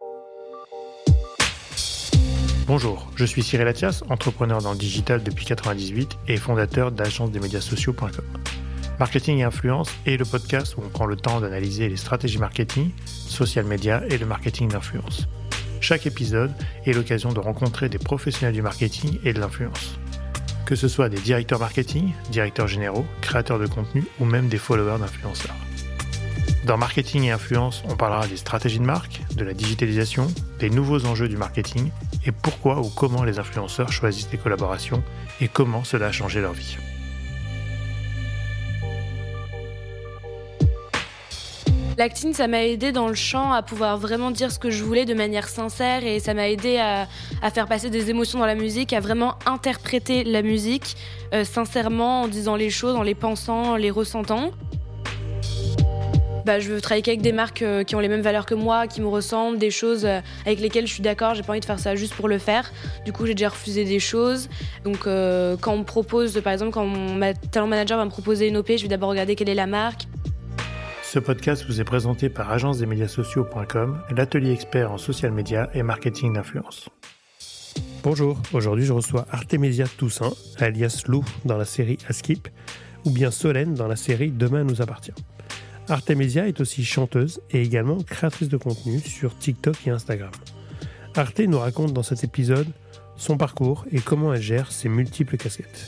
Bonjour, je suis Cyril Attias, entrepreneur dans le digital depuis 1998 et fondateur d'agence-des-médias-sociaux.com. Marketing et influence est le podcast où on prend le temps d'analyser les stratégies marketing, social media et le marketing d'influence. Chaque épisode est l'occasion de rencontrer des professionnels du marketing et de l'influence. Que ce soit des directeurs marketing, directeurs généraux, créateurs de contenu ou même des followers d'influenceurs. Dans Marketing et Influence, on parlera des stratégies de marque, de la digitalisation, des nouveaux enjeux du marketing et pourquoi ou comment les influenceurs choisissent des collaborations et comment cela a changé leur vie. L'acting, ça m'a aidé dans le chant à pouvoir vraiment dire ce que je voulais de manière sincère et ça m'a aidé à faire passer des émotions dans la musique, à vraiment interpréter la musique sincèrement en disant les choses, en les pensant, en les ressentant. Je veux travailler qu'avec des marques qui ont les mêmes valeurs que moi, qui me ressemblent, des choses avec lesquelles je suis d'accord, j'ai pas envie de faire ça juste pour le faire. Du coup, j'ai déjà refusé des choses. Donc, quand on me propose, par exemple, quand mon talent manager va me proposer une OP, je vais d'abord regarder quelle est la marque. Ce podcast vous est présenté par agence-des-médias-sociaux.com, l'atelier expert en social media et marketing d'influence. Bonjour, aujourd'hui je reçois Artémisia Toussaint, alias Lou dans la série Askip, ou bien Solène dans la série Demain nous appartient. Artémisia est aussi chanteuse et également créatrice de contenu sur TikTok et Instagram. Arte nous raconte dans cet épisode son parcours et comment elle gère ses multiples casquettes.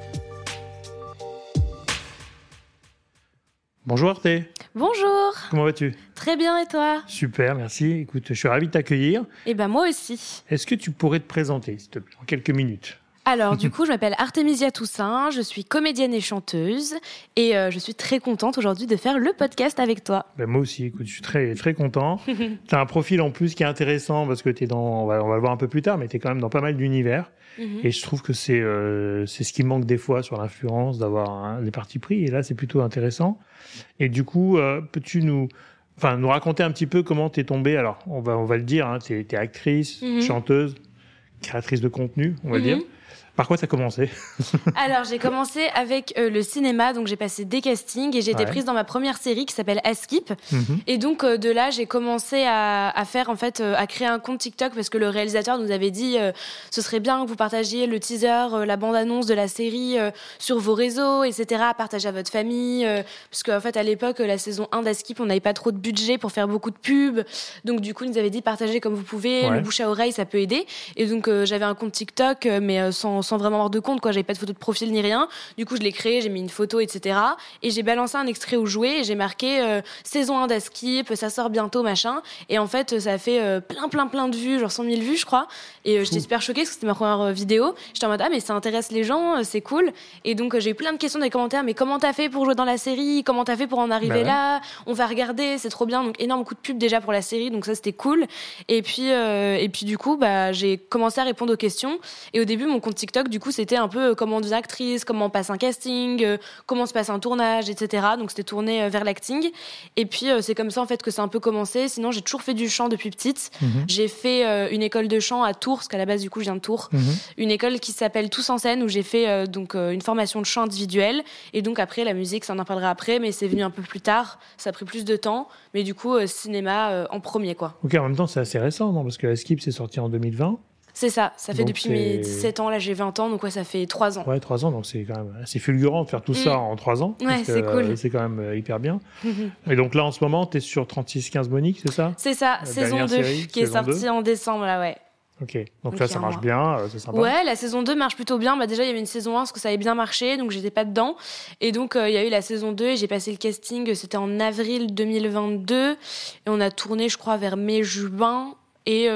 Bonjour Arte. Bonjour. Comment vas-tu ? Très bien, et toi ? Super, merci. Écoute, je suis ravi de t'accueillir. Et moi aussi. Est-ce que tu pourrais te présenter, s'il te plaît, en quelques minutes ? Alors, du coup, je m'appelle Artémisia Toussaint, je suis comédienne et chanteuse et je suis très contente aujourd'hui de faire le podcast avec toi. Moi aussi, écoute, je suis très, très content. Tu as un profil en plus qui est intéressant parce que tu es on va le voir un peu plus tard, mais tu es quand même dans pas mal d'univers. Et je trouve que c'est ce qui manque des fois sur l'influence, d'avoir des partis pris. Et là, c'est plutôt intéressant. Et du coup, peux-tu nous raconter un petit peu comment tu es tombée ? Alors, on va le dire, tu es actrice, chanteuse, créatrice de contenu, on va dire. Par quoi ça a commencé ? Alors, j'ai commencé avec le cinéma, donc j'ai passé des castings et j'ai été prise dans ma première série qui s'appelle Askip. Et donc, de là, j'ai commencé à faire, à créer un compte TikTok parce que le réalisateur nous avait dit ce serait bien que vous partagiez le teaser, la bande-annonce de la série sur vos réseaux, etc., à partager à votre famille. Parce qu'en fait, à l'époque, la saison 1 d'Askip, on n'avait pas trop de budget pour faire beaucoup de pubs. Donc, du coup, il nous avait dit partagez comme vous pouvez, le bouche à oreille, ça peut aider. Et donc, j'avais un compte TikTok, mais sans vraiment avoir de compte, quoi. J'avais pas de photo de profil ni rien. Du coup, je l'ai créé, j'ai mis une photo, etc. Et j'ai balancé un extrait où jouer et j'ai marqué saison 1 d'Askip, ça sort bientôt, machin. Et en fait, ça a fait plein de vues, genre 100 000 vues, je crois. Et j'étais super choquée parce que c'était ma première vidéo. J'étais en mode, mais ça intéresse les gens, c'est cool. Et donc, j'ai eu plein de questions dans les commentaires. Mais comment t'as fait pour jouer dans la série ? Comment t'as fait pour en arriver là ? On va regarder, c'est trop bien. Donc, énorme coup de pub déjà pour la série. Donc, ça, c'était cool. Et puis du coup, j'ai commencé à répondre aux questions. Et au début, mon compte TikTok, du coup, c'était un peu comment on devient actrice, comment on passe un casting, comment se passe un tournage, etc. Donc, c'était tourné vers l'acting. Et puis, c'est comme ça, en fait, que ça a un peu commencé. Sinon, j'ai toujours fait du chant depuis petite. J'ai fait une école de chant à Tours, parce qu'à la base, du coup, je viens de Tours. Une école qui s'appelle Tous en scène, où j'ai fait une formation de chant individuel. Et donc, après, la musique, ça en parlera après, mais c'est venu un peu plus tard. Ça a pris plus de temps. Mais du coup, cinéma en premier, quoi. Ok, en même temps, c'est assez récent, non ? Parce que Askip, c'est sorti en 2020. C'est ça fait donc depuis mes 17 ans, là j'ai 20 ans, donc ça fait 3 ans. Ouais, 3 ans, donc c'est quand même assez fulgurant de faire tout ça en 3 ans. Ouais, c'est cool. C'est quand même hyper bien. Et donc là, en ce moment, t'es sur 3615 Monique, c'est ça ? C'est ça, saison 2, qui est sortie en décembre, là, ouais. Ok, donc là, ça marche bien, c'est sympa. Ouais, la saison 2 marche plutôt bien. Déjà, il y avait une saison 1, parce que ça avait bien marché, donc j'étais pas dedans. Et donc, il y a eu la saison 2, et j'ai passé le casting, c'était en avril 2022. Et on a tourné, je crois, vers mai-juin. Et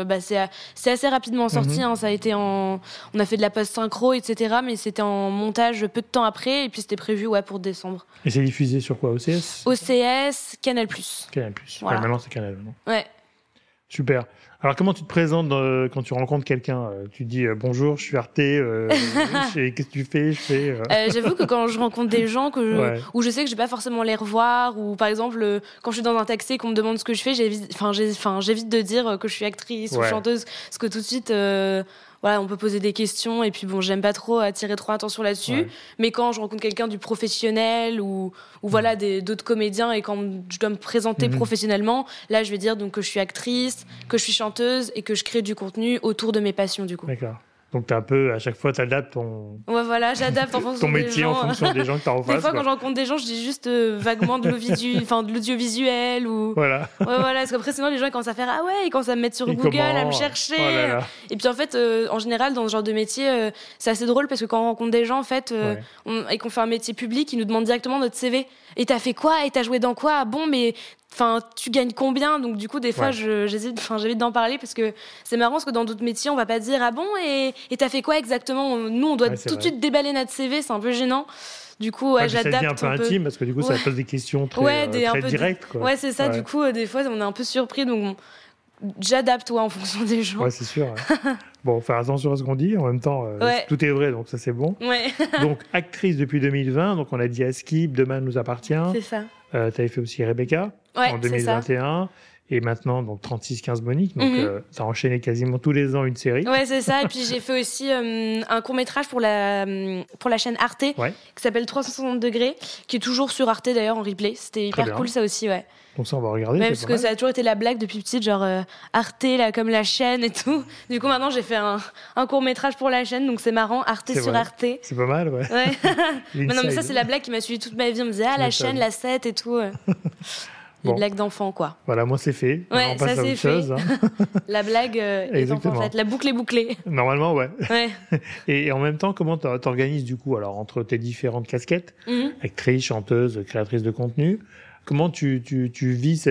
c'est assez rapidement sorti. Ça a été on a fait de la post-synchro, etc. Mais c'était en montage peu de temps après. Et puis c'était prévu pour décembre. Et c'est diffusé sur quoi ? OCS ? OCS, Canal+. Canal+. Voilà. Ouais, maintenant, c'est Canal. Non ? Ouais. Super. Alors, comment tu te présentes quand tu rencontres quelqu'un ? Tu dis bonjour, je suis Arte, qu'est-ce que tu fais ? J'avoue que quand je rencontre des gens où je sais que je vais pas forcément les revoir, ou par exemple, quand je suis dans un taxi et qu'on me demande ce que je fais, j'évite de dire que je suis actrice ou chanteuse, parce que tout de suite, voilà, on peut poser des questions, et puis bon, j'aime pas trop attirer trop l'attention là-dessus, mais quand je rencontre quelqu'un du professionnel ou voilà, d'autres comédiens, et quand je dois me présenter professionnellement, là, je vais dire donc que je suis actrice, que je suis chanteuse, et que je crée du contenu autour de mes passions, du coup. D'accord. Donc, t'es un peu, à chaque fois, t'adaptes ton... Ouais, voilà, j'adapte en fonction ton métier des gens. en fonction des gens que t'as en face. Des fois, quand je rencontre des gens, je dis juste vaguement de l'audiovisuel ou... Voilà. Ouais, voilà, parce qu'après, sinon, les gens, ils commencent à faire « Ah ouais », ils commencent à me mettre sur Google, à me chercher. Oh là là. Et puis, en fait, en général, dans ce genre de métier, c'est assez drôle parce que quand on rencontre des gens, en fait, et qu'on fait un métier public, ils nous demandent directement notre CV. Et t'as fait quoi ? Et t'as joué dans quoi ? Bon, mais... Enfin, tu gagnes combien ? Donc du coup, des fois, j'évite d'en parler parce que c'est marrant parce que dans d'autres métiers, on va pas dire ah bon et t'as fait quoi exactement ? Nous, on doit tout de suite déballer notre CV, c'est un peu gênant. Du coup, j'adapte. Ça devient un peu intime parce que du coup, ça pose des questions très directes. Quoi. Ouais, c'est ça. Du coup, des fois, on est un peu surpris, donc j'adapte en fonction des gens. Ouais, c'est sûr. Ouais. Bon, faire attention à ce qu'on dit. En même temps, tout est vrai, donc ça c'est bon. Ouais. Donc actrice depuis 2020, donc on a dit Askip, Demain nous appartient. C'est ça. Tu avais fait aussi Rebecca en 2021. Et maintenant, donc 36-15 Monique. Donc, ça a enchaîné quasiment tous les ans une série. Ouais, c'est ça. Et puis, j'ai fait aussi un court-métrage pour la chaîne Arte, qui s'appelle 360 degrés, qui est toujours sur Arte d'ailleurs en replay. C'était hyper cool, ça aussi, ouais. Donc ça, on va regarder. Ouais, parce que ça a toujours été la blague depuis petite, genre Arte, là, comme la chaîne et tout. Du coup, maintenant, j'ai fait un court-métrage pour la chaîne, donc c'est marrant, Arte sur Arte. C'est pas mal, ouais. Mais non, mais ça, c'est la blague qui m'a suivi toute ma vie. On me disait, la chaîne, la 7 et tout. Les blagues d'enfants, quoi. Voilà, moi, c'est fait. Ouais, on passe ça, à c'est autre chose. La blague est enfin faite. La boucle est bouclée. Normalement, ouais. Et en même temps, comment t'organises, du coup, alors, entre tes différentes casquettes, actrice, chanteuse, créatrice de contenu, comment tu vis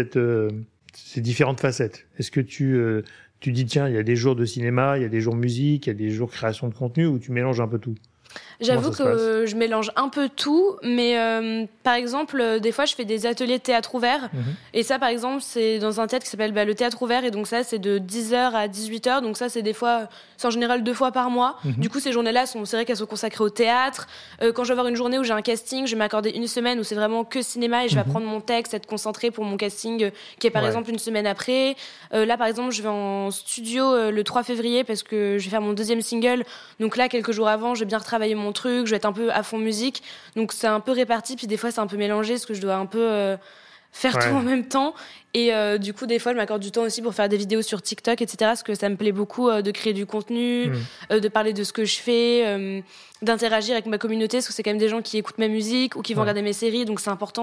ces différentes facettes ? Est-ce que tu dis, tiens, il y a des jours de cinéma, il y a des jours musique, il y a des jours création de contenu, ou tu mélanges un peu tout ? J'avoue que je mélange un peu tout, mais par exemple, des fois, je fais des ateliers de théâtre ouvert. Et ça, par exemple, c'est dans un théâtre qui s'appelle le Théâtre Ouvert. Et donc ça, c'est de 10h à 18h. Donc ça, c'est en général 2 fois par mois. Du coup, ces journées-là, c'est vrai qu'elles sont consacrées au théâtre. Quand je vais avoir une journée où j'ai un casting, je vais m'accorder une semaine où c'est vraiment que cinéma et je vais apprendre mon texte, être concentrée pour mon casting qui est par exemple une semaine après. Là, par exemple, je vais en studio le 3 février parce que je vais faire mon 2e single. Donc là, quelques jours avant, je vais bien retravailler mon truc, je vais être un peu à fond musique, donc c'est un peu réparti, puis des fois c'est un peu mélangé parce que je dois un peu faire tout en même temps, et du coup des fois je m'accorde du temps aussi pour faire des vidéos sur TikTok, etc., parce que ça me plaît beaucoup de créer du contenu, de parler de ce que je fais, d'interagir avec ma communauté, parce que c'est quand même des gens qui écoutent ma musique ou qui vont regarder mes séries, donc c'est important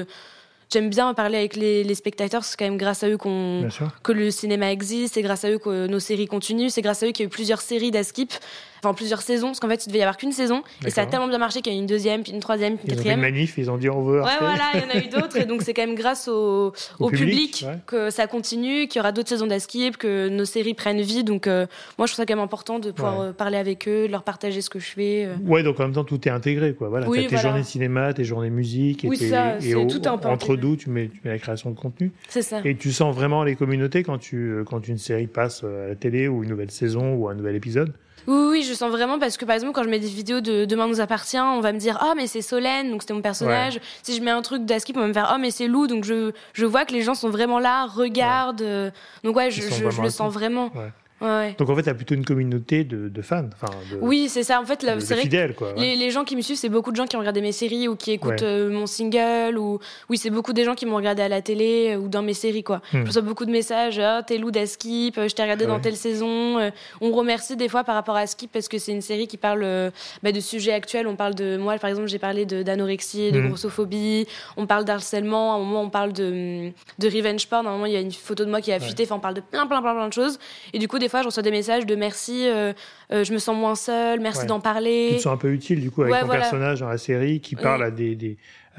J'aime bien parler avec les spectateurs, c'est quand même grâce à eux que le cinéma existe, c'est grâce à eux que nos séries continuent, c'est grâce à eux qu'il y a eu plusieurs séries d'Askip, enfin plusieurs saisons, parce qu'en fait il devait y avoir qu'une saison, et ça a tellement bien marché qu'il y a eu une 2e, puis une 3e, puis une 4e. Ils ont fait une manif, ils ont dit on veut Arte. Ouais, voilà, il y en a eu d'autres, et donc c'est quand même grâce au public que ça continue, qu'il y aura d'autres saisons d'Askip, que nos séries prennent vie, donc moi je trouve ça quand même important de pouvoir parler avec eux, de leur partager ce que je fais. Ouais, donc en même temps tout est intégré, quoi. Voilà, t'as tes journées cinéma, tes journées musique, et tout un peu entre deux, tu mets la création de contenu. C'est ça. Et tu sens vraiment les communautés quand une série passe à la télé, ou une nouvelle saison, ou un nouvel épisode. Oui, je sens vraiment, parce que par exemple quand je mets des vidéos de Demain nous appartient, on va me dire « Oh mais c'est Solène », donc c'était mon personnage. Si je mets un truc d'Askip, on va me faire « Oh mais c'est Lou », donc je vois que les gens sont vraiment là, regardent. Donc je le sens vraiment. Ouais. Donc en fait, tu as plutôt une communauté de fans. Oui, c'est ça. En fait, là, c'est vrai fidèles, quoi. Les gens qui me suivent, c'est beaucoup de gens qui ont regardé mes séries ou qui écoutent mon single. Oui, c'est beaucoup des gens qui m'ont regardé à la télé ou dans mes séries, quoi. Je reçois beaucoup de messages. « T'es Lou d'Askip, je t'ai regardé dans telle saison. » On me remercie des fois par rapport à Askip parce que c'est une série qui parle de sujets actuels. On parle de... Moi, par exemple, j'ai parlé d'anorexie, de grossophobie. On parle d'harcèlement. À un moment, on parle de revenge porn. À un moment, il y a une photo de moi qui a fuité. Enfin, on parle de plein de choses. Et du coup, des fois, je reçois des messages de merci, je me sens moins seule, merci d'en parler. Tu te sens un peu utile, du coup, avec ton personnage dans la série qui parle à des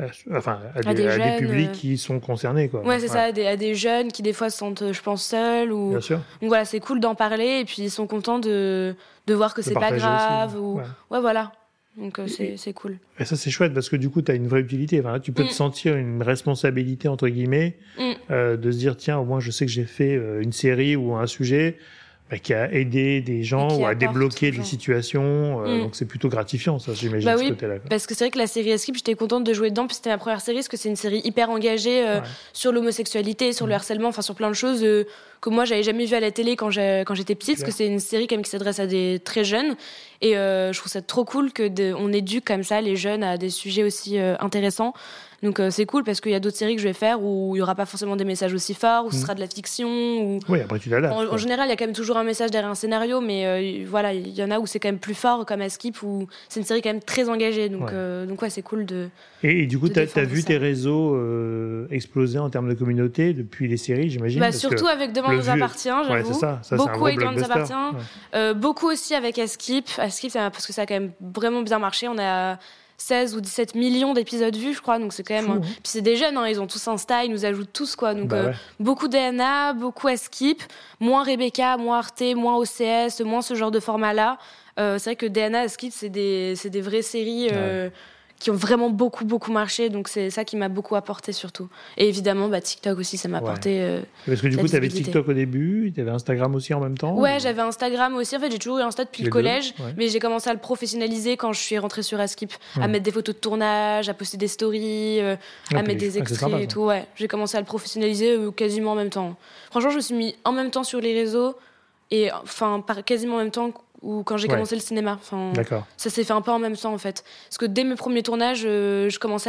publics qui sont concernés, quoi. Ouais, c'est ça, à des jeunes qui des fois se sentent, je pense, seuls. Bien sûr. Donc voilà, c'est cool d'en parler, et puis ils sont contents de voir que c'est pas grave. Voilà. Donc c'est cool. Et ça, c'est chouette parce que du coup, tu as une vraie utilité. Enfin, tu peux te sentir une responsabilité, entre guillemets, de se dire, tiens, au moins, je sais que j'ai fait une série ou un sujet. qui a aidé des gens ou à débloquer des situations. Donc c'est plutôt gratifiant, ça, j'imagine, de ce côté-là. Parce que c'est vrai que la série Escape, j'étais contente de jouer dedans, puis c'était ma première série, parce que c'est une série hyper engagée sur l'homosexualité, sur le harcèlement, enfin sur plein de choses que moi j'avais jamais vues à la télé quand j'étais petite, parce que c'est une série quand même qui s'adresse à des très jeunes. Et je trouve ça trop cool qu'on éduque comme ça les jeunes à des sujets aussi intéressants. Donc c'est cool parce qu'il y a d'autres séries que je vais faire où il n'y aura pas forcément des messages aussi forts, où ce sera de la fiction. Oui, après tu l'adaptes. En général, il y a quand même toujours un message derrière un scénario, mais voilà, il y en a où c'est quand même plus fort, comme Skip, où c'est une série quand même très engagée. Donc c'est cool de. Et du coup, tu as vu tes réseaux exploser en termes de communauté depuis les séries, j'imagine. Surtout avec Demain nous appartient, j'avoue. Ouais, c'est ça. Beaucoup avec Demain nous appartient. Beaucoup aussi avec Skip. Skip, parce que ça a quand même vraiment bien marché. On a 16 ou 17 millions d'épisodes vus, je crois, donc c'est quand même... Puis c'est des jeunes, ils ont tous Insta, ils nous ajoutent tous, quoi. Donc beaucoup DNA, beaucoup Skip, moins Rebecca, moins Arte, moins OCS, moins ce genre de format-là. C'est vrai que DNA, Skip, c'est des vraies séries qui ont vraiment beaucoup marché, donc c'est ça qui m'a beaucoup apporté surtout. Et évidemment, TikTok aussi, ça m'a apporté parce que du coup, tu avais TikTok au début, tu avais Instagram aussi en même temps. Ouais, j'avais Instagram aussi. En fait, j'ai toujours eu Insta depuis le collège, mais j'ai commencé à le professionnaliser quand je suis rentrée sur Skip, à mettre des photos de tournage, à poster des stories, à mettre des extraits sympa, et tout. Ouais, j'ai commencé à le professionnaliser quasiment en même temps. Franchement, je me suis mis en même temps sur les réseaux et quasiment en même temps ou quand j'ai commencé le cinéma. Ça s'est fait un peu en même temps en fait. Parce que dès mes premiers tournages, je commençais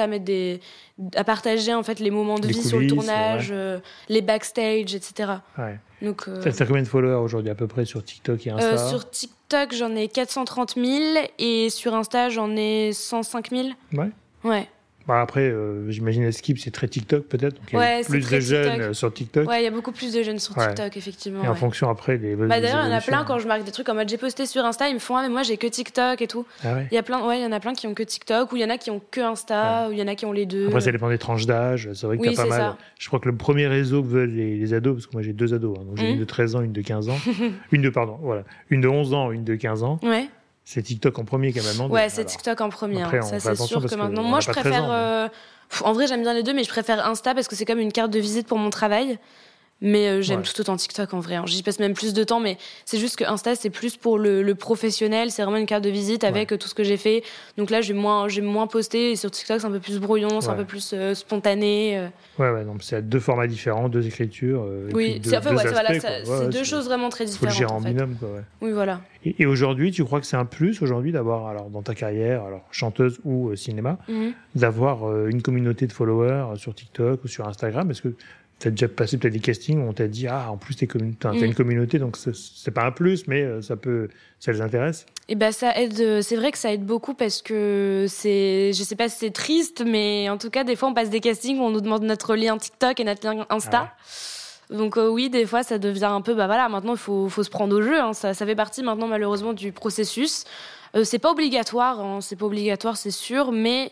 à partager en fait les moments de vie sur le tournage, les backstage, etc. Ouais. Donc, t'as combien de followers aujourd'hui à peu près sur TikTok et Insta? Sur TikTok, j'en ai 430 000 et sur Insta, j'en ai 105 000. Ouais. Après, j'imagine Skip, c'est très TikTok peut-être. Donc il y a plus de jeunes sur TikTok. Ouais, il y a beaucoup plus de jeunes sur TikTok, effectivement. Et en fonction après des. D'ailleurs, il y en a plein quand je marque des trucs en mode j'ai posté sur Insta, ils me font mais moi j'ai que TikTok et tout. Ah ouais. Il y en a plein qui ont que TikTok, ou il y en a qui ont que Insta, ou il y en a qui ont les deux. Après, ça dépend des tranches d'âge. C'est vrai que t'as pas mal. Ça. Je crois que le premier réseau que veulent les ados, parce que moi j'ai 2 ados, donc j'ai une de 13 ans, une de 15 ans, une de 11 ans, une de 15 ans. Ouais. C'est TikTok en premier quand même. Ouais, c'est TikTok en premier. Après, ça c'est sûr que maintenant. Moi, je préfère. En vrai, j'aime bien les deux, mais je préfère Insta parce que c'est comme une carte de visite pour mon travail. Mais j'aime tout autant TikTok en vrai. J'y passe même plus de temps, mais c'est juste que Insta, c'est plus pour le professionnel. C'est vraiment une carte de visite avec tout ce que j'ai fait. Donc là, j'ai moins posté. Et sur TikTok, c'est un peu plus brouillon, c'est un peu plus spontané. Donc c'est 2 formats différents, 2 écritures. Oui, c'est 2 choses vraiment très différentes. Faut le gérer en binôme, quoi. Oui, voilà. Et aujourd'hui, tu crois que c'est un plus d'avoir, alors dans ta carrière, chanteuse ou cinéma, d'avoir une communauté de followers sur TikTok ou sur Instagram? Parce que tu as déjà passé peut-être des castings où on t'a dit en plus t'as une communauté, donc c'est pas un plus, mais ça les intéresse. Et ça aide. C'est vrai que ça aide beaucoup parce que je sais pas si c'est triste, mais en tout cas des fois on passe des castings où on nous demande notre lien TikTok et notre lien Insta. Donc oui, des fois ça devient un peu maintenant il faut se prendre au jeu, ça fait partie maintenant malheureusement du processus. C'est pas obligatoire, c'est sûr, mais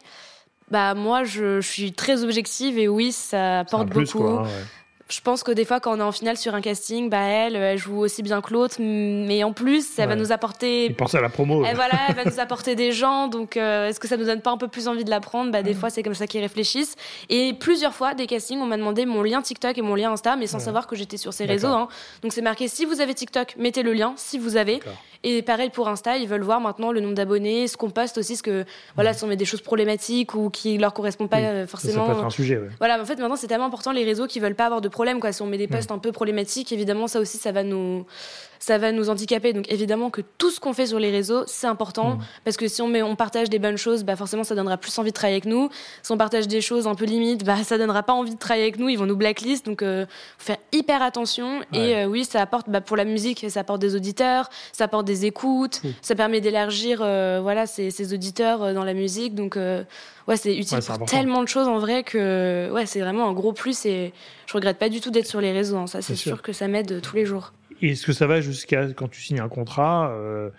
moi je suis très objective et oui, ça apporte beaucoup. Quoi, Je pense que des fois, quand on est en finale sur un casting, elle joue aussi bien que l'autre, mais en plus, elle va nous apporter. Il pense à la promo. Elle va nous apporter des gens, donc est-ce que ça nous donne pas un peu plus envie de la prendre? Des fois, c'est comme ça qu'ils réfléchissent. Et plusieurs fois, des castings, on m'a demandé mon lien TikTok et mon lien Insta, mais sans savoir que j'étais sur ces réseaux. Donc c'est marqué, si vous avez TikTok, mettez le lien, si vous avez. Et pareil pour Insta, ils veulent voir maintenant le nombre d'abonnés, ce qu'on poste aussi, si on met des choses problématiques ou qui leur correspondent pas forcément. Ça peut être un sujet. Voilà, en fait, maintenant, c'est tellement important les réseaux qui veulent pas avoir de problème, quoi. Si on met des posts un peu problématiques, évidemment, ça aussi, ça va nous handicaper. Donc évidemment que tout ce qu'on fait sur les réseaux, c'est important, parce que si on partage des bonnes choses, forcément ça donnera plus envie de travailler avec nous. Si on partage des choses un peu limites, ça donnera pas envie de travailler avec nous, ils vont nous blacklist. Donc faut faire hyper attention. Et oui, ça apporte pour la musique, ça apporte des auditeurs, ça apporte des écoutes, ça permet d'élargir ces auditeurs dans la musique. Donc c'est utile pour tellement de choses en vrai que c'est vraiment un gros plus, et je regrette pas du tout d'être sur les réseaux, ça c'est sûr que ça m'aide tous les jours. Et est-ce que ça va jusqu'à, quand tu signes un contrat,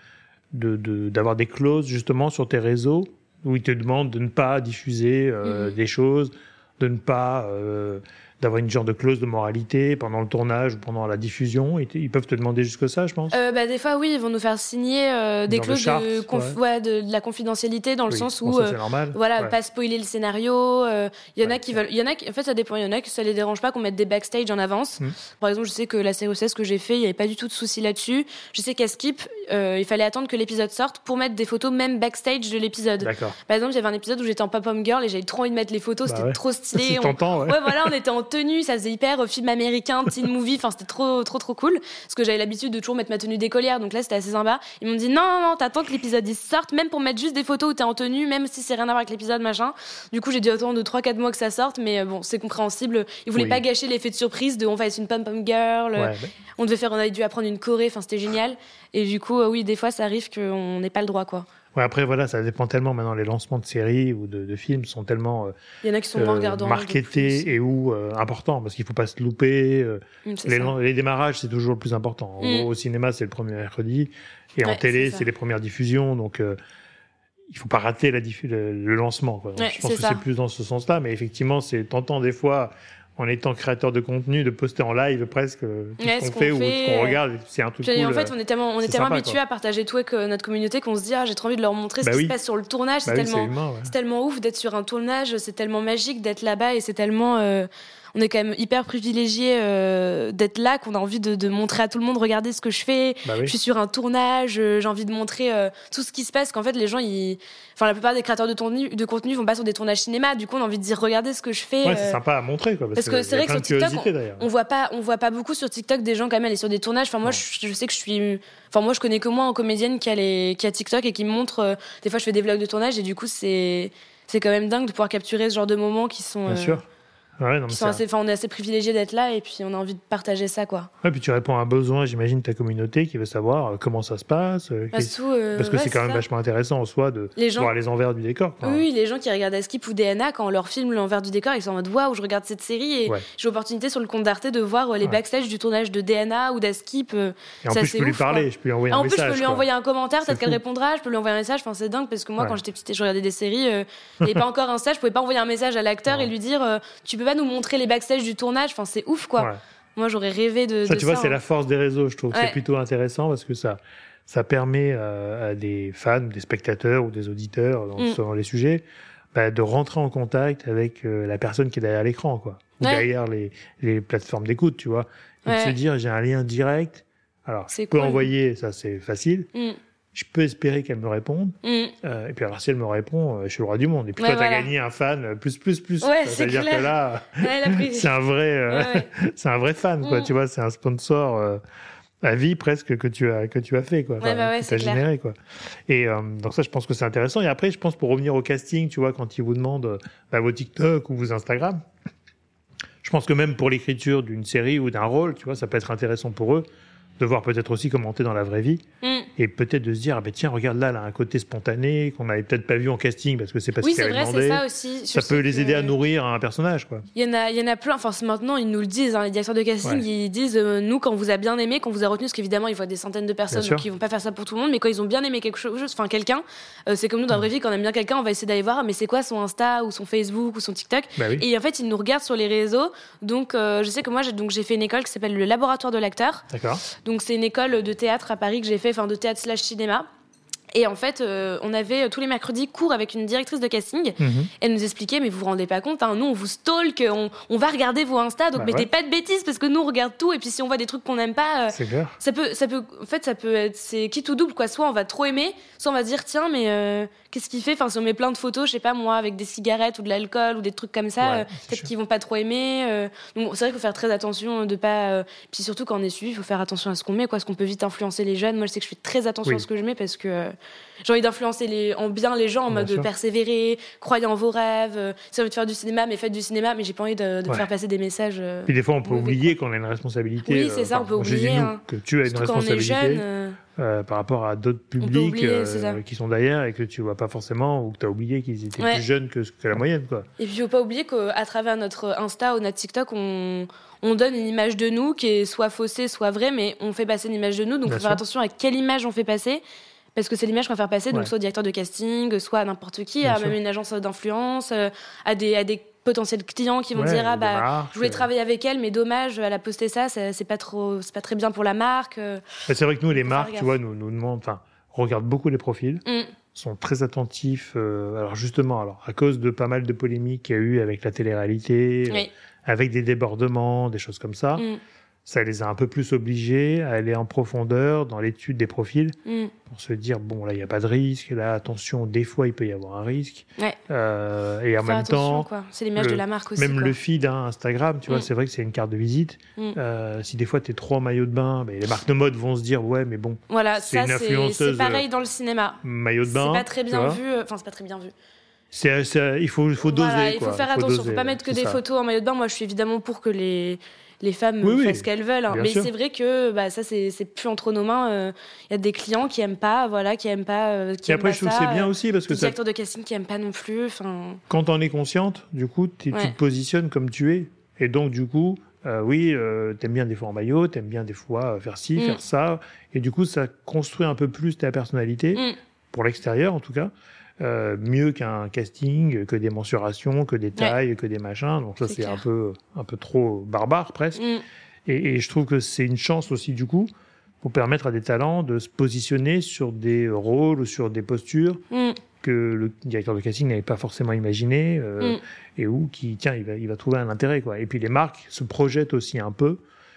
d'avoir des clauses justement sur tes réseaux où ils te demandent de ne pas diffuser des choses, de ne pas d'avoir une genre de clause de moralité pendant le tournage ou pendant la diffusion. Ils peuvent te demander jusque ça, je pense. Des fois, oui, ils vont nous faire signer des clauses de la confidentialité dans le sens où, ça, c'est normal. Pas spoiler le scénario. Il y en a qui veulent. En fait, ça dépend. Il y en a qui ça les dérange pas qu'on mette des backstage en avance. Par exemple, je sais que la série 16 que j'ai fait, il y avait pas du tout de souci là-dessus. Je sais qu'à Skip, il fallait attendre que l'épisode sorte pour mettre des photos même backstage de l'épisode. D'accord. Par exemple, il y avait un épisode où j'étais en pop-up girl et j'avais trop envie de mettre les photos. C'était trop stylé. On était en tenue, ça faisait hyper film américain, teen movie, enfin c'était trop cool parce que j'avais l'habitude de toujours mettre ma tenue d'écolière, donc là c'était assez sympa. Ils m'ont dit non, t'attends que l'épisode il sorte, même pour mettre juste des photos où t'es en tenue, même si c'est rien à voir avec l'épisode machin. Du coup j'ai dû attendre 3-4 mois que ça sorte, mais bon c'est compréhensible. Ils voulaient pas gâcher l'effet de surprise de on va être une pom-pom girl, on avait dû apprendre une choré, enfin c'était génial. Et du coup oui des fois ça arrive qu'on n'ait pas le droit quoi. Ouais, après, voilà, ça dépend tellement. Maintenant, les lancements de séries ou de films sont tellement il y en a qui sont moins regardants, marketés et importants, parce qu'il ne faut pas se louper. Les démarrages, c'est toujours le plus important. Au cinéma, c'est le premier mercredi. Et en télé, c'est les premières diffusions. Donc, il ne faut pas rater le lancement. Quoi. Donc, je pense que c'est plus dans ce sens-là. Mais effectivement, c'est tentant des fois, en étant créateur de contenu, de poster en live presque tout ce qu'on fait ou ce qu'on regarde. C'est un truc cool. En fait, on est tellement habitués à partager tout avec notre communauté qu'on se dit j'ai trop envie de leur montrer ce qui se passe sur le tournage. C'est tellement ouf d'être sur un tournage, c'est tellement magique d'être là-bas et c'est tellement... on est quand même hyper privilégiés d'être là, qu'on a envie de montrer à tout le monde, regardez ce que je fais, je suis sur un tournage, j'ai envie de montrer tout ce qui se passe, qu'en fait les gens, la plupart des créateurs de contenu vont pas sur des tournages cinéma, du coup on a envie de dire regardez ce que je fais. Ouais, c'est sympa à montrer quoi, parce que c'est vrai que sur TikTok, on voit pas beaucoup sur TikTok des gens quand même aller sur des tournages. Enfin moi je sais que moi je connais que moi en comédienne qui a TikTok et qui me montre des fois je fais des vlogs de tournage et du coup c'est quand même dingue de pouvoir capturer ce genre de moments qui sont Bien sûr. Ouais, non, on est assez privilégiés d'être là et puis on a envie de partager ça quoi. Ouais, puis tu réponds à un besoin, j'imagine, de ta communauté qui veut savoir comment ça se passe. Parce que c'est quand même vachement intéressant en soi de voir les envers du décor. Quoi. Oui, les gens qui regardent Skip ou DNA, quand on leur filme l'envers du décor, ils sont en mode waouh, je regarde cette série et j'ai l'opportunité sur le compte d'Arte de voir les backstage du tournage de DNA ou d'Skip. Et en plus, je peux lui parler, je peux lui envoyer un message. En plus, je peux lui envoyer un commentaire, peut-être qu'elle répondra, je peux lui envoyer un message. Enfin, c'est dingue parce que moi, quand j'étais petite et je regardais des séries, il n'y avait pas encore Insta, je pouvais pas envoyer un message à l'acteur et lui dire tu peux pas nous montrer les backstage du tournage, enfin c'est ouf quoi. Ouais. Moi j'aurais rêvé de ça. Tu vois, c'est la force des réseaux, je trouve. C'est plutôt intéressant parce que ça permet à des fans, des spectateurs ou des auditeurs dans les sujets de rentrer en contact avec la personne qui est derrière l'écran quoi, ou derrière les plateformes d'écoute, tu vois, et de se dire j'ai un lien direct. Alors je peux envoyer, ça c'est facile. Je peux espérer qu'elle me réponde. Et puis alors, si elle me répond, je suis le roi du monde. Et puis toi, t'as gagné un fan plus. C'est-à-dire que là, c'est un vrai, c'est un vrai fan, quoi. Tu vois, c'est un sponsor à vie presque que tu as fait, quoi. Que t'as généré, quoi. Et donc ça, je pense que c'est intéressant. Et après, je pense pour revenir au casting, tu vois, quand ils vous demandent vos TikTok ou vos Instagram, je pense que même pour l'écriture d'une série ou d'un rôle, tu vois, ça peut être intéressant pour eux de voir peut-être aussi commenter dans la vraie vie et peut-être de se dire tiens regarde là un côté spontané qu'on n'avait peut-être pas vu en casting parce que c'est pas ce qu'il avait demandé. C'est ça aussi. Ça peut les aider à nourrir un personnage quoi. Il y en a plein, enfin maintenant ils nous le disent les directeurs de casting ils disent nous quand on vous a bien aimé, quand on vous a retenu, parce qu'évidemment ils voient des centaines de personnes donc ils vont pas faire ça pour tout le monde, mais quand ils ont bien aimé quelqu'un, c'est comme nous dans la vraie vie, quand on aime bien quelqu'un on va essayer d'aller voir mais c'est quoi son Insta ou son Facebook ou son TikTok et en fait ils nous regardent sur les réseaux, donc je sais que moi j'ai fait une école qui s'appelle le laboratoire de l'acteur. D'accord. Donc c'est une école de théâtre à Paris que j'ai fait, enfin de théâtre / cinéma. Et en fait, on avait tous les mercredis cours avec une directrice de casting. Elle nous expliquait, mais vous vous rendez pas compte, nous on vous stalk, on va regarder vos Insta, donc mettez pas de bêtises parce que nous on regarde tout. Et puis si on voit des trucs qu'on n'aime pas, c'est clair. Ça peut être, c'est quitte ou double quoi. Soit on va trop aimer, soit on va se dire tiens mais qu'est-ce qu'il fait. Enfin si on met plein de photos, je sais pas moi, avec des cigarettes ou de l'alcool ou des trucs comme ça, peut-être qu'ils vont pas trop aimer. Donc c'est vrai qu'il faut faire très attention de pas. Puis surtout quand on est suivi, il faut faire attention à ce qu'on met, quoi, parce qu'on peut vite influencer les jeunes. Moi je sais que je fais très attention à ce que je mets parce que j'ai envie d'influencer en bien les gens en mode de persévérer, croyez en vos rêves, si vous avez envie de faire du cinéma, mais faites du cinéma, mais j'ai pas envie de faire passer des messages. Puis des fois on peut oublier qu'on a une responsabilité. Oui, c'est ça, on peut oublier. Que tu as une responsabilité par rapport à d'autres publics qui sont derrière et que tu vois pas forcément ou que tu as oublié qu'ils étaient plus jeunes que la moyenne, quoi. Et puis il faut pas oublier qu'à travers notre Insta ou notre TikTok, on donne une image de nous qui est soit faussée, soit vraie, mais on fait passer une image de nous, donc il faut faire attention à quelle image on fait passer. Parce que c'est l'image qu'on va faire passer, donc soit au directeur de casting, soit à n'importe qui, même une agence d'influence, à des potentiels clients qui vont dire je voulais travailler avec elle, mais dommage, elle a posté ça, c'est pas très bien pour la marque. C'est vrai que nous, les marques, tu vois, nous demandent, regardent beaucoup les profils, sont très attentifs. Alors justement, à cause de pas mal de polémiques qu'il y a eu avec la télé-réalité, avec des débordements, des choses comme ça. Ça les a un peu plus obligés à aller en profondeur dans l'étude des profils pour se dire, bon, là, il n'y a pas de risque. Là, attention, des fois, il peut y avoir un risque. Et en même temps... C'est l'image de la marque aussi. Même le feed Instagram, tu vois, c'est vrai que c'est une carte de visite. Si des fois, tu es trop en maillot de bain, les marques de mode vont se dire, ouais, mais bon, voilà, c'est une influenceuse. C'est pareil dans le cinéma. Maillot de bain. C'est pas très bien vu. C'est pas très bien vu. Il faut doser. Il faut faire attention. Il ne faut pas mettre que des photos en maillot de bain. Moi, je suis évidemment pour que les femmes fassent ce qu'elles veulent. Mais c'est vrai que ça, c'est plus entre nos mains. Il y a des clients qui n'aiment pas, qui n'aiment pas. Et après, je trouve que c'est bien aussi parce que des directeurs de casting qui n'aiment pas non plus. Quand on est consciente, du coup, tu te positionnes comme tu es. Et donc, du coup, t'aimes bien des fois en maillot, t'aimes bien des fois faire ci, faire ça. Et du coup, ça construit un peu plus ta personnalité, pour l'extérieur en tout cas. Mieux qu'un casting, que des mensurations, que des tailles, que des machins. Donc ça, c'est un peu trop barbare presque. Et je trouve que c'est une chance aussi du coup pour permettre à des talents de se positionner sur des rôles ou sur des postures que le directeur de casting n'avait pas forcément imaginé et où il va trouver un intérêt, quoi. Et puis les marques se projettent aussi un peu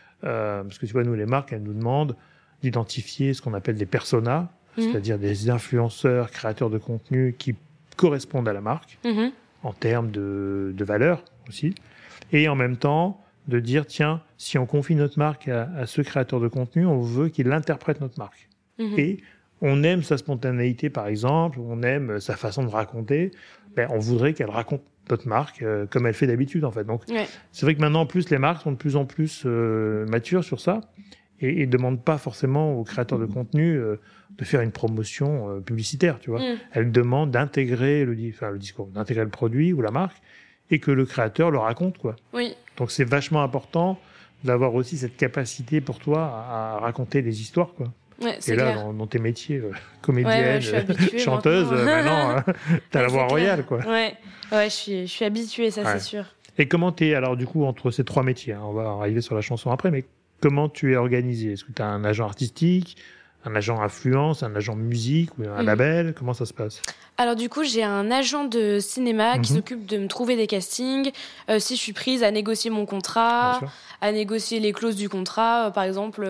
parce que tu vois, nous les marques, elles nous demandent d'identifier ce qu'on appelle des personas, c'est-à-dire des influenceurs, créateurs de contenu qui correspondent à la marque en termes de valeur aussi. Et en même temps, de dire, tiens, si on confie notre marque à ce créateur de contenu, on veut qu'il interprète notre marque. Et on aime sa spontanéité, par exemple, on aime sa façon de raconter, on voudrait qu'elle raconte notre marque comme elle fait d'habitude, en fait. Donc, c'est vrai que maintenant, en plus, les marques sont de plus en plus matures sur ça et demandent pas forcément aux créateurs de contenu de faire une promotion publicitaire, tu vois. Elles demandent d'intégrer le discours, d'intégrer le produit ou la marque et que le créateur le raconte, quoi. Donc, c'est vachement important d'avoir aussi cette capacité pour toi à raconter des histoires, quoi. Et là, dans tes métiers, comédienne, chanteuse, maintenant, t'as la voix royale, quoi. Je suis habituée, ça, c'est sûr. Et comment t'es, alors, du coup, entre ces trois métiers, on va arriver sur la chanson après, mais comment tu es organisé? Est-ce que tu as un agent artistique, un agent influence, un agent musique ou un label? Comment ça se passe? Alors du coup, j'ai un agent de cinéma qui s'occupe de me trouver des castings. Si je suis prise à négocier mon contrat, à négocier les clauses du contrat, par exemple...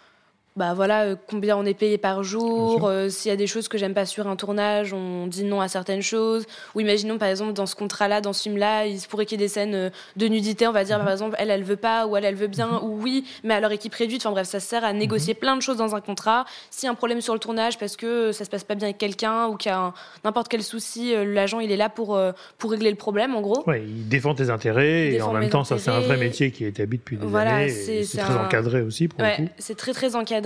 combien on est payé par jour, s'il y a des choses que j'aime pas sur un tournage, on dit non à certaines choses, ou imaginons par exemple dans ce contrat-là, dans ce film-là, il se pourrait qu'il y ait des scènes de nudité, on va dire par exemple elle veut pas, ou elle veut bien, ou oui, mais à leur équipe réduite, enfin bref, ça sert à négocier plein de choses dans un contrat. S'il y a un problème sur le tournage parce que ça se passe pas bien avec quelqu'un, ou qu'il y a n'importe quel souci, l'agent il est là pour régler le problème en gros. Ouais, il défend tes intérêts, et en même temps ça c'est un vrai métier qui est établi depuis des années, et c'est très encadré aussi pour le coup. C'est très très encadré.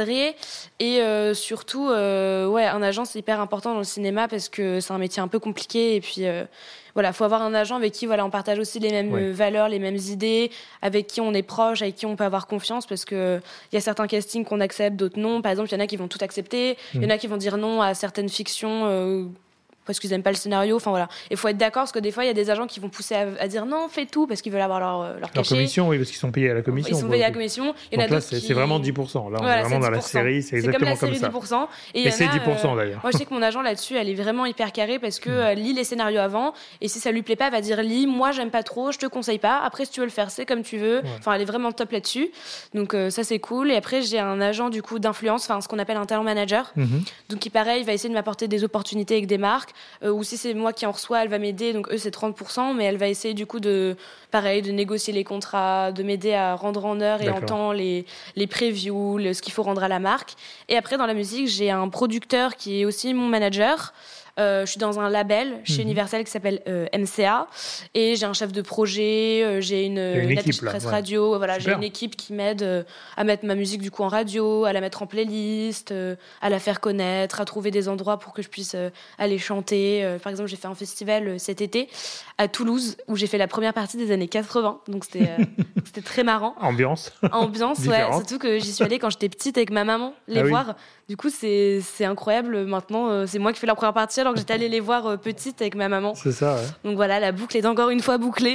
Et surtout, un agent c'est hyper important dans le cinéma parce que c'est un métier un peu compliqué et puis faut avoir un agent avec qui on partage aussi les mêmes valeurs, les mêmes idées, avec qui on est proche, avec qui on peut avoir confiance parce que il y a certains castings qu'on accepte, d'autres non. Par exemple, il y en a qui vont tout accepter, il y en a qui vont dire non à certaines fictions parce qu'ils n'aiment pas le scénario. Enfin voilà, il faut être d'accord parce que des fois il y a des agents qui vont pousser à dire non, fais tout parce qu'ils veulent avoir leur cachet. Leur commission, oui, parce qu'ils sont payés à la commission. Ils sont payés à la commission. Il y en a là, d'autres c'est vraiment 10%. Là, on est vraiment dans la série, c'est exactement comme ça. C'est comme la série 10%. Et c'est 10% d'ailleurs. Moi, je sais que mon agent là-dessus, elle est vraiment hyper carrée parce que lit les scénarios avant et si ça lui plaît pas, elle va dire lis, moi j'aime pas trop, je te conseille pas. Après, si tu veux le faire, c'est comme tu veux. Enfin, elle est vraiment top là-dessus. Donc ça, c'est cool. Et après, j'ai un agent du coup d'influence, enfin ce qu'on appelle un talent manager. Donc qui pareil, va essayer de m'apporter des opportunités avec des marques. Ou si c'est moi qui en reçois, elle va m'aider, donc eux c'est 30%, mais elle va essayer du coup de négocier les contrats, de m'aider à rendre en heure et en temps les previews, ce qu'il faut rendre à la marque. Et après dans la musique, j'ai un producteur qui est aussi mon manager. Je suis dans un label chez Universal qui s'appelle MCA et j'ai un chef de projet, j'ai une attaché de presse radio, voilà, j'ai une équipe qui m'aide à mettre ma musique du coup en radio, à la mettre en playlist, à la faire connaître, à trouver des endroits pour que je puisse aller chanter. Par exemple, j'ai fait un festival cet été à Toulouse où j'ai fait la première partie des années 80, donc c'était très marrant. Ambiance, ouais, surtout que j'y suis allée quand j'étais petite avec ma maman les voir. Du coup, c'est incroyable. Maintenant, c'est moi qui fais la première partie alors que j'étais allée les voir petite avec ma maman. C'est ça, ouais. Donc voilà, la boucle est encore une fois bouclée.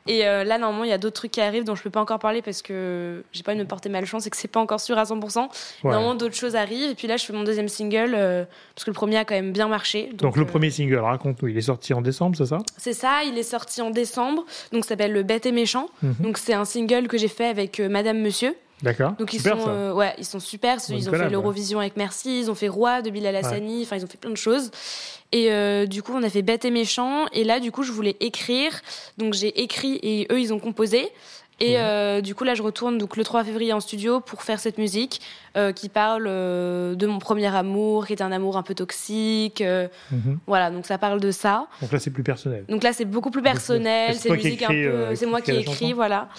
Et là, normalement, il y a d'autres trucs qui arrivent dont je peux pas encore parler parce que j'ai pas envie de me porter malchance et que c'est pas encore sûr à 100%. Ouais. Normalement, d'autres choses arrivent. Et puis là, je fais mon deuxième single parce que le premier a quand même bien marché. Donc le premier single, raconte-nous, il est sorti en décembre, c'est ça ? C'est ça, il est sorti en décembre. Donc ça s'appelle Le Bête et Méchant. Donc c'est un single que j'ai fait avec Madame Monsieur. D'accord. Donc ils super, sont, ils sont super. Ils ont fait l'Eurovision avec Merci, ils ont fait Roi de Bilal Hassani. Enfin, ils ont fait plein de choses. Et du coup, on a fait Bête et Méchant. Et là, du coup, je voulais écrire. Donc j'ai écrit et eux, ils ont composé. Et du coup, là, je retourne donc le 3 février en studio pour faire cette musique qui parle de mon premier amour, qui est un amour un peu toxique. Voilà, donc ça parle de ça. Donc là, c'est plus personnel. Donc là, c'est beaucoup plus personnel. C'est une musique un peu. C'est moi qui ai écrit, voilà.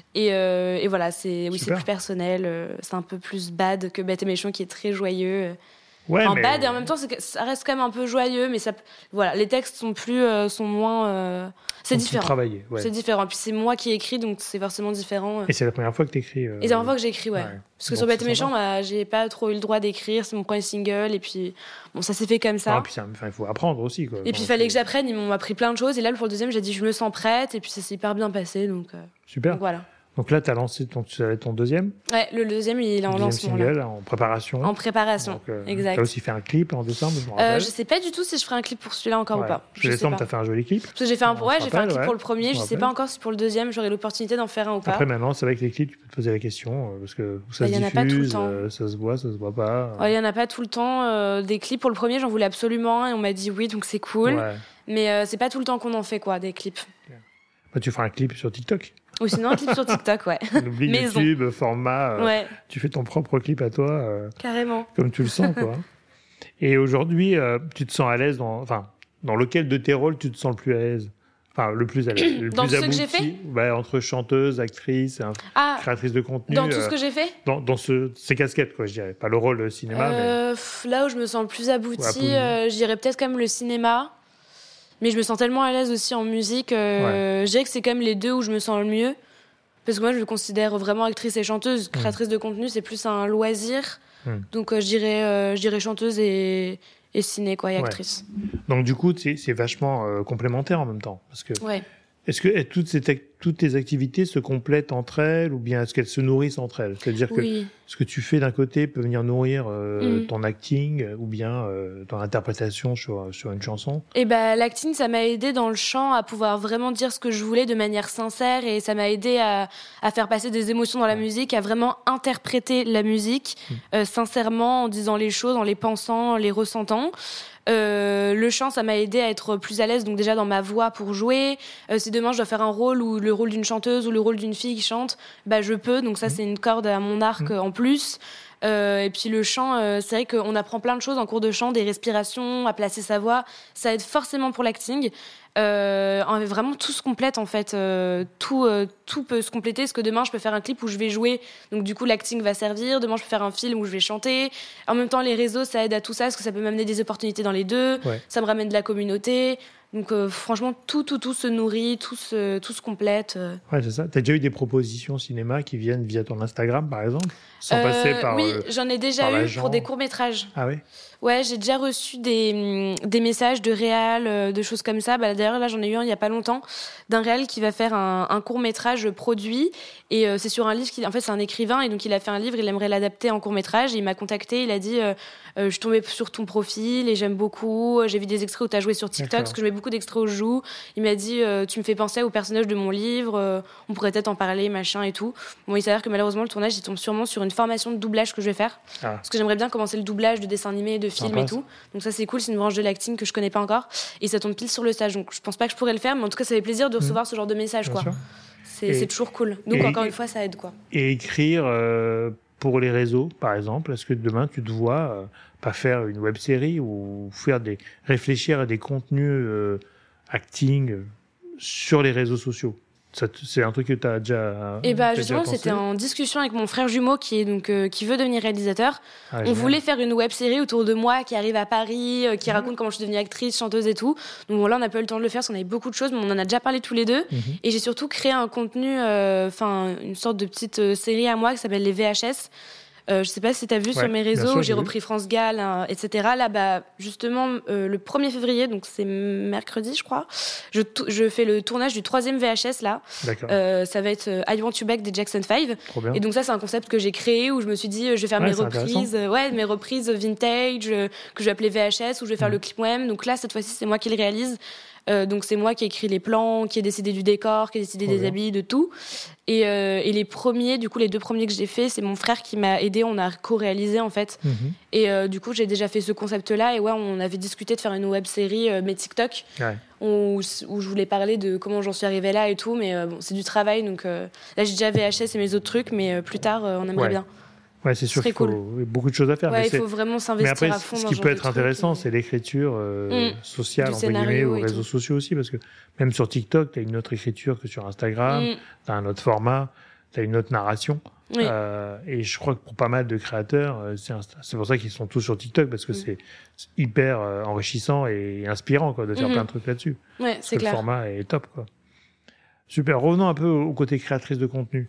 Et voilà, c'est plus personnel. C'est un peu plus bad que Bête et Méchant, qui est très joyeux. Ouais, mais... bad, et en même temps, ça reste quand même un peu joyeux, mais ça, voilà, les textes sont moins. C'est différent. Travaillé, C'est différent. Puis c'est moi qui ai écrit, donc c'est forcément différent. Et c'est la première fois que tu écris. Et c'est la première fois que j'ai écrit, ouais. Parce que sur Bête et Méchant, j'ai pas trop eu le droit d'écrire. C'est mon premier single, et puis bon, ça s'est fait comme ça. Et puis il faut apprendre aussi, quoi. Et puis il fallait que j'apprenne. Ils m'ont appris plein de choses. Et là, pour le deuxième, j'ai dit je me sens prête, et puis ça s'est hyper bien passé, donc. Super. Donc, voilà. Donc là, tu as lancé ton deuxième. Ouais, le deuxième, il est en lancement. Single, là. En préparation. En préparation, exact. Tu as aussi fait un clip en décembre, je me rappelle. Je sais pas du tout si je ferai un clip pour celui-là encore ou pas. En décembre, tu as fait un joli clip. Parce que j'ai fait un clip pour le premier. Je sais pas encore si pour le deuxième, j'aurai l'opportunité d'en faire un ou pas. Après, maintenant, c'est vrai que les clips, tu peux te poser la question, parce que ça se diffuse, pas tout le temps. Ça se voit pas. Il y en a pas tout le temps. Des clips pour le premier, j'en voulais absolument un, et on m'a dit oui, donc c'est cool. Ouais. Mais c'est pas tout le temps qu'on en fait, quoi, des clips. Bah, tu feras un clip sur TikTok. Ou sinon un clip sur TikTok, ouais. On oublie YouTube, format. Tu fais ton propre clip à toi. Carrément. Comme tu le sens, quoi. Et aujourd'hui, tu te sens à l'aise dans lequel de tes rôles tu te sens le plus à l'aise ? Enfin, le plus à l'aise. Dans tout ce que j'ai fait ? Entre chanteuse, actrice, créatrice de contenu. Dans tout ce que j'ai fait ? Dans ces casquettes, quoi, je dirais. Pas le rôle cinéma, mais... Là où je me sens le plus aboutie, je dirais peut-être quand même le cinéma. Mais je me sens tellement à l'aise aussi en musique. Je dirais que c'est quand même les deux où je me sens le mieux. Parce que moi, je me considère vraiment actrice et chanteuse. Créatrice de contenu, c'est plus un loisir. Donc, je dirais chanteuse et ciné, quoi, et actrice. Donc, du coup, c'est vachement complémentaire en même temps. Parce que est-ce que toutes tes activités se complètent entre elles, ou bien est-ce qu'elles se nourrissent entre elles ? C'est-à-dire que ce que tu fais d'un côté peut venir nourrir ton acting, ou bien ton interprétation sur une chanson ? Et l'acting, ça m'a aidé dans le chant à pouvoir vraiment dire ce que je voulais de manière sincère, et ça m'a aidé à faire passer des émotions dans la musique, à vraiment interpréter la musique sincèrement, en disant les choses, en les pensant, en les ressentant. Le chant, ça m'a aidé à être plus à l'aise, donc déjà dans ma voix pour jouer. Si demain je dois faire un rôle, ou le rôle d'une chanteuse, ou le rôle d'une fille qui chante, je peux, donc ça c'est une corde à mon arc en plus. Et puis le chant, c'est vrai qu'on apprend plein de choses en cours de chant, des respirations, à placer sa voix, ça aide forcément pour l'acting. Vraiment tout se complète en fait, tout peut se compléter, parce que demain je peux faire un clip où je vais jouer, donc du coup l'acting va servir, demain je peux faire un film où je vais chanter, en même temps les réseaux ça aide à tout ça, parce que ça peut m'amener des opportunités dans les deux, ça me ramène de la communauté, donc franchement tout se nourrit, tout se complète. Ouais, c'est ça. T'as déjà eu des propositions cinéma qui viennent via ton Instagram par exemple, sans passer par oui, j'en ai déjà eu pour des courts-métrages. Ah oui. Ouais, j'ai déjà reçu des messages de réal, de choses comme ça. D'ailleurs, là, j'en ai eu un il y a pas longtemps, d'un réal qui va faire un court-métrage produit. Et c'est sur un livre en fait, c'est un écrivain. Et donc, il a fait un livre, il aimerait l'adapter en court-métrage. Et il m'a contacté, il a dit je suis tombée sur ton profil et j'aime beaucoup. J'ai vu des extraits où tu as joué sur TikTok, parce que je mets beaucoup d'extraits où je joue. Il m'a dit tu me fais penser au personnage de mon livre. On pourrait peut-être en parler, machin et tout. Bon, il s'avère que malheureusement, le tournage, il tombe sûrement sur une formation de doublage que je vais faire. Parce que j'aimerais bien commencer le doublage de dessins animés, de films et tout. Donc ça c'est cool, c'est une branche de l'acting que je connais pas encore, et ça tombe pile sur le stage, donc je pense pas que je pourrais le faire, mais en tout cas ça fait plaisir de recevoir ce genre de message, quoi. C'est toujours cool, donc encore une fois ça aide, quoi. Et écrire pour les réseaux par exemple, est-ce que demain tu te vois pas faire une web série ou réfléchir à des contenus acting sur les réseaux sociaux? C'est un truc que tu as déjà justement, c'était en discussion avec mon frère jumeau qui veut devenir réalisateur. On voulait faire une web-série autour de moi qui arrive à Paris, qui raconte comment je suis devenue actrice, chanteuse et tout. Donc voilà, on n'a pas eu le temps de le faire parce qu'on avait beaucoup de choses, mais on en a déjà parlé tous les deux. Et j'ai surtout créé un contenu, une sorte de petite série à moi qui s'appelle les VHS. Je sais pas si tu as vu sur mes réseaux, où j'ai repris France Gall, etc. Là, justement, le 1er février, donc c'est mercredi, je crois, je fais le tournage du 3e VHS, là. D'accord. Ça va être I Want You Back des Jackson 5. Trop bien. Et donc ça, c'est un concept que j'ai créé, où je me suis dit, je vais faire mes reprises vintage, que je vais appeler VHS, où je vais faire le clip moi-même. Donc là, cette fois-ci, c'est moi qui le réalise. Donc c'est moi qui ai écrit les plans, qui ai décidé du décor, qui ai décidé des habits, de tout. Et les 2 premiers que j'ai fait, c'est mon frère qui m'a aidé. On a co-réalisé en fait. Et du coup, j'ai déjà fait ce concept-là. Et on avait discuté de faire une web-série, mais TikTok, où je voulais parler de comment j'en suis arrivée là et tout. Mais c'est du travail. Donc là, j'ai déjà VHS et mes autres trucs, mais plus tard, on aimerait bien. Ouais, c'est sûr qu'il faut beaucoup de choses à faire. Ouais, il faut vraiment s'investir à fond. Ce qui peut être intéressant, c'est l'écriture sociale, entre guillemets, aux réseaux sociaux aussi, parce que même sur TikTok, tu as une autre écriture que sur Instagram, tu as un autre format, tu as une autre narration. Oui. Et je crois que pour pas mal de créateurs, c'est pour ça qu'ils sont tous sur TikTok, parce que c'est hyper enrichissant et inspirant quoi, de faire plein de trucs là-dessus. Ouais, c'est clair. Le format est top, quoi. Super. Revenons un peu au côté créatrice de contenu.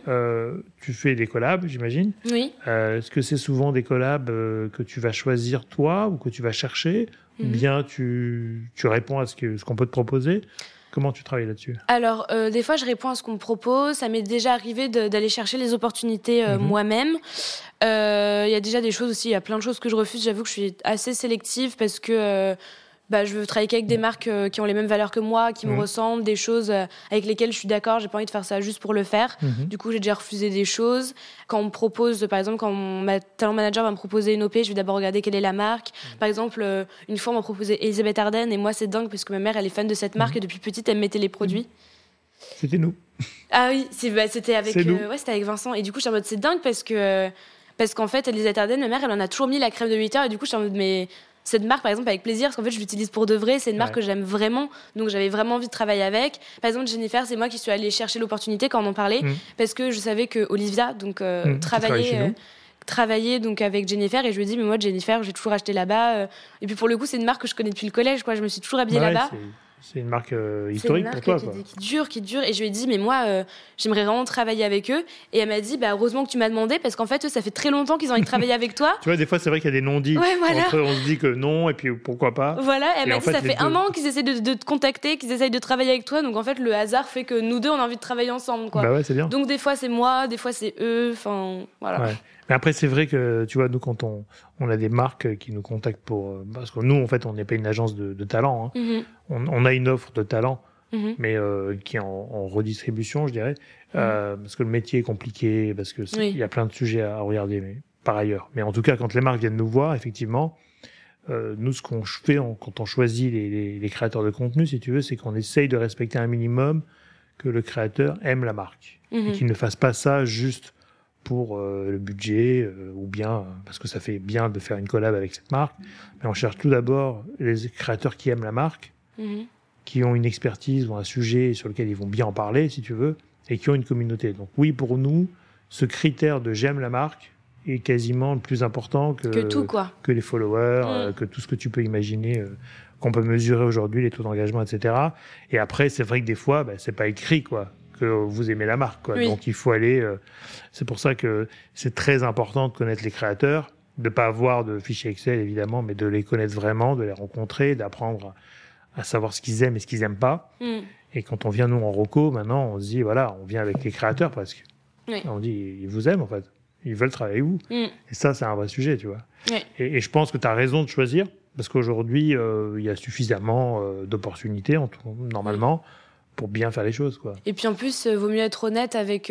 Tu fais des collabs, j'imagine. Oui. Est-ce que c'est souvent des collabs que tu vas choisir toi ou que tu vas chercher ou bien tu réponds à ce qu'on peut te proposer? Comment tu travailles là-dessus? Alors, des fois, je réponds à ce qu'on me propose. Ça m'est déjà arrivé d'aller chercher les opportunités moi-même. Il y a déjà des choses aussi, il y a plein de choses que je refuse. J'avoue que je suis assez sélective parce que... je veux travailler qu'avec des marques qui ont les mêmes valeurs que moi, qui me ressemblent, des choses avec lesquelles je suis d'accord. J'ai pas envie de faire ça juste pour le faire. Du coup, j'ai déjà refusé des choses. Quand on me propose, par exemple, quand ma talent manager va me proposer une OP, je vais d'abord regarder quelle est la marque. Par exemple, une fois, on m'a proposé Elisabeth Arden, et moi, c'est dingue parce que ma mère, elle est fan de cette marque et depuis petite, elle me mettait les produits. C'était nous. Ah oui, c'était avec Vincent. Et du coup, je suis en mode, c'est dingue parce qu'en fait, Elisabeth Arden, ma mère, elle en a toujours mis la crème de 8 heures. Et du coup, je suis en mode, mais cette marque, par exemple, avec plaisir, parce qu'en fait, je l'utilise pour de vrai. C'est une marque que j'aime vraiment. Donc, j'avais vraiment envie de travailler avec. Par exemple, Jennifer, c'est moi qui suis allée chercher l'opportunité quand on en parlait, parce que je savais que Olivia, donc, travaillait donc avec Jennifer, et je lui ai dit, mais moi, Jennifer, j'ai toujours acheté là-bas. Et puis, pour le coup, c'est une marque que je connais depuis le collège, quoi. Je me suis toujours habillée là-bas. C'est une marque historique pour toi, quoi. Qui dure. Et je lui ai dit, mais moi, j'aimerais vraiment travailler avec eux. Et elle m'a dit, heureusement que tu m'as demandé, parce qu'en fait, eux, ça fait très longtemps qu'ils ont envie de travailler avec toi. Tu vois, des fois, c'est vrai qu'il y a des non-dits. Ouais, voilà. Entre eux, on se dit que non, et puis pourquoi pas. Voilà, elle m'a dit, ça fait 1 an qu'ils essaient de te contacter, qu'ils essayent de travailler avec toi. Donc, en fait, le hasard fait que nous deux, on a envie de travailler ensemble, quoi. Bah ouais, c'est bien. Donc, des fois, c'est moi, des fois, c'est eux. Enfin, voilà. Ouais. Mais après, c'est vrai que, tu vois, nous, quand on a des marques qui nous contactent parce que nous, en fait, on n'est pas une agence de talent. Hein. On a une offre de talent, mais qui est en redistribution, je dirais. Parce que le métier est compliqué, parce que il y a plein de sujets à regarder, mais par ailleurs. Mais en tout cas, quand les marques viennent nous voir, effectivement, nous, ce qu'on fait quand on choisit les créateurs de contenu, si tu veux, c'est qu'on essaye de respecter un minimum que le créateur aime la marque. Et qu'il ne fasse pas ça juste pour le budget, ou bien parce que ça fait bien de faire une collab avec cette marque. Mais on cherche tout d'abord les créateurs qui aiment la marque, qui ont une expertise ou un sujet sur lequel ils vont bien en parler, si tu veux, et qui ont une communauté. Donc oui, pour nous, ce critère de j'aime la marque est quasiment le plus important que tout, quoi. Que les followers, que tout ce que tu peux imaginer, qu'on peut mesurer aujourd'hui, les taux d'engagement, etc. Et après, c'est vrai que des fois, c'est pas écrit, quoi, que vous aimez la marque, quoi. Oui. Donc il faut aller. C'est pour ça que c'est très important de connaître les créateurs, de pas avoir de fichiers Excel évidemment, mais de les connaître vraiment, de les rencontrer, d'apprendre à savoir ce qu'ils aiment et ce qu'ils aiment pas. Et quand on vient nous en reco, maintenant on se dit voilà, on vient avec les créateurs presque. On dit ils vous aiment en fait, ils veulent travailler avec vous. Et ça c'est un vrai sujet, tu vois. Et je pense que tu as raison de choisir parce qu'aujourd'hui il y a suffisamment d'opportunités normalement. Pour bien faire les choses, quoi. Et puis en plus, vaut mieux être honnête avec